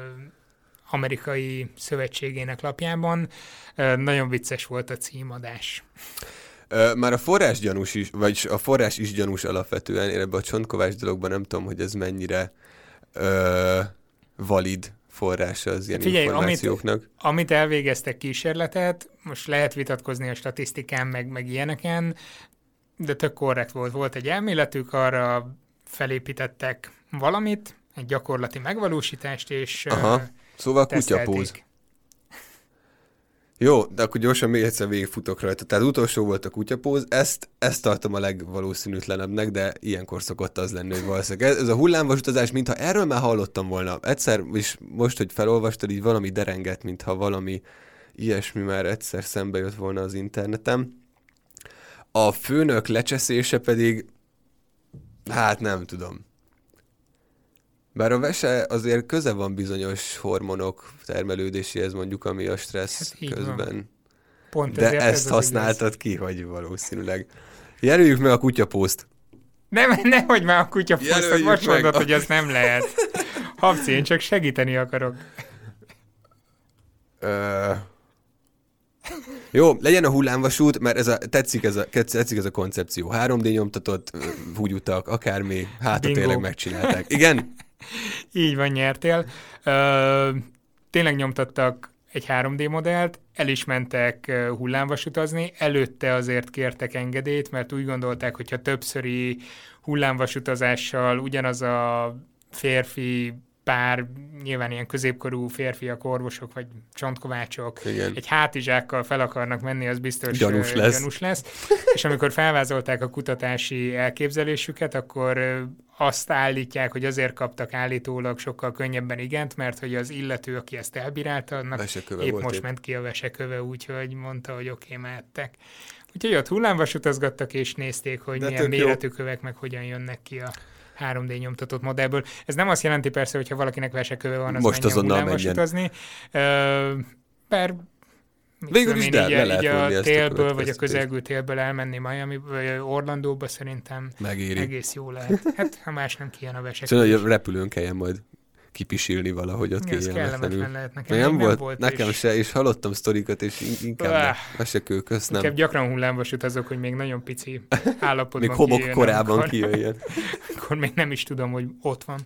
amerikai szövetségének lapjában, nagyon vicces volt a címadás. Már a forrás gyanús is, vagy a forrás is gyanús alapvetően, én ebben a csontkovács dologban nem tudom, hogy ez mennyire valid forrása az ilyen információknak. Amit elvégeztek kísérletet, most lehet vitatkozni a statisztikán, meg ilyeneken, de tök korrekt volt. Volt egy elméletük, arra felépítettek valamit, egy gyakorlati megvalósítást, és szóval kutyapóz. Jó, de akkor gyorsan még egyszer végigfutok rajta. Tehát utolsó volt a kutyapóz, ezt tartom a legvalószínűtlenebbnek, de ilyenkor szokott az lenni, hogy valószínűleg. Ez a hullámvasutazás, mintha erről már hallottam volna. Egyszer, és most, hogy felolvastad, így valami derengett, mintha valami ilyesmi már egyszer szembe jött volna az interneten. A főnök lecseszése pedig, hát nem tudom. Bár a vese azért köze van bizonyos hormonok termelődéséhez mondjuk, ami a stressz közben. Pont de ezt használtad ki, hogy valószínűleg. Jelöljük meg a kutyapózt. Nehogy már a kutyapóztot, most mondod, hogy ez nem lehet. Habci, én csak segíteni akarok. Jó, legyen a hullámvasút, mert tetszik ez a koncepció. 3D nyomtatott, húgyutak, akármi, tényleg megcsinálták. Igen? Így van, nyertél. Tényleg nyomtattak egy 3D modellt, el is mentek hullámvasutazni, előtte azért kértek engedélyt, mert úgy gondolták, hogyha többszöri hullámvasutazással ugyanaz a férfi pár nyilván ilyen középkorú férfiak, orvosok vagy csontkovácsok Igen. egy hátizsákkal fel akarnak menni, az biztos gyanús lesz. És amikor felvázolták a kutatási elképzelésüket, akkor azt állítják, hogy azért kaptak állítólag sokkal könnyebben igent, mert hogy az illető, aki ezt elbírálta, annak épp most ment ki a veseköve, úgyhogy mondta, hogy oké, mehettek. Úgyhogy ott hullámvasutazgattak és nézték, hogy milyen méretű kövek meg hogyan jönnek ki a 3D nyomtatott modellből. Ez nem azt jelenti persze, hogyha valakinek veseköve van, az most menjen hullámvasutazni. Végül is így a télből, vagy a közelgő télből elmenni Miami, vagy Orlandóba szerintem megéri. Egész jó lehet. Hát, ha más nem kijön a veseköve. Szóval, hogy a repülőn kelljen majd kipisilni valahogy ott kényelmetlenül. Lehet nekem. Nem volt nekem se, és hallottam sztorikat, és inkább vesekő, köszönöm. Inkább gyakran hullámvasutazok, hogy még nagyon pici állapotban még homok korában kijöjjön. Akkor még nem is tudom, hogy ott van.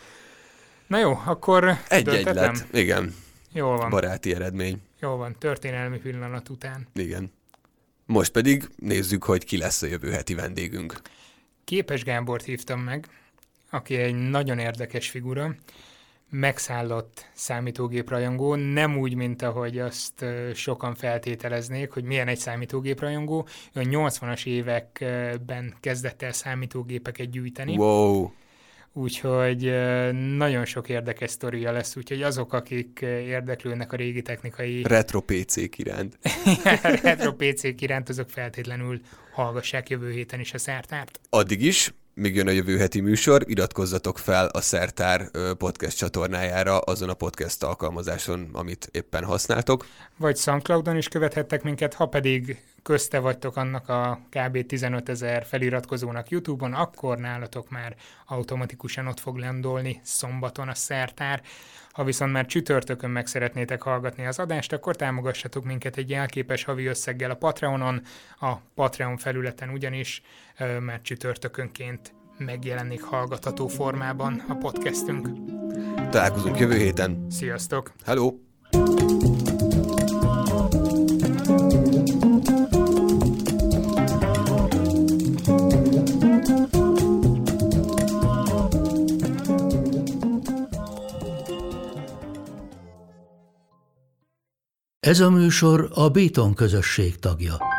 Na jó, akkor egy lett. Igen. Jól van. Baráti eredmény. Jól van, történelmi pillanat után. Igen. Most pedig nézzük, hogy ki lesz a jövő heti vendégünk. Képes Gábort hívtam meg, aki egy nagyon érdekes figura, megszállott számítógéprajongó, nem úgy, mint ahogy azt sokan feltételeznék, hogy milyen egy számítógéprajongó. Ő a 80-as években kezdett el számítógépeket gyűjteni. Wow! Úgyhogy nagyon sok érdekes sztoria lesz, úgyhogy azok, akik érdeklődnek a régi technikai... Retro PC-k iránt. Retro PC-k iránt, azok feltétlenül hallgassák jövő héten is a Szertárt. Addig is, míg jön a jövő heti műsor, iratkozzatok fel a Szertár podcast csatornájára azon a podcast alkalmazáson, amit éppen használtok. Vagy SoundCloudon is követhettek minket, ha pedig közte vagytok annak a kb. 15 000 feliratkozónak YouTube-on, akkor nálatok már automatikusan ott fog landolni szombaton a Szertár. Ha viszont már csütörtökön meg szeretnétek hallgatni az adást, akkor támogassatok minket egy jelképes havi összeggel a Patreonon. A Patreon felületen ugyanis már csütörtökönként megjelenik hallgatható formában a podcastünk. Találkozunk jövő héten. Sziasztok! Hello! Ez a műsor a Béton közösség tagja.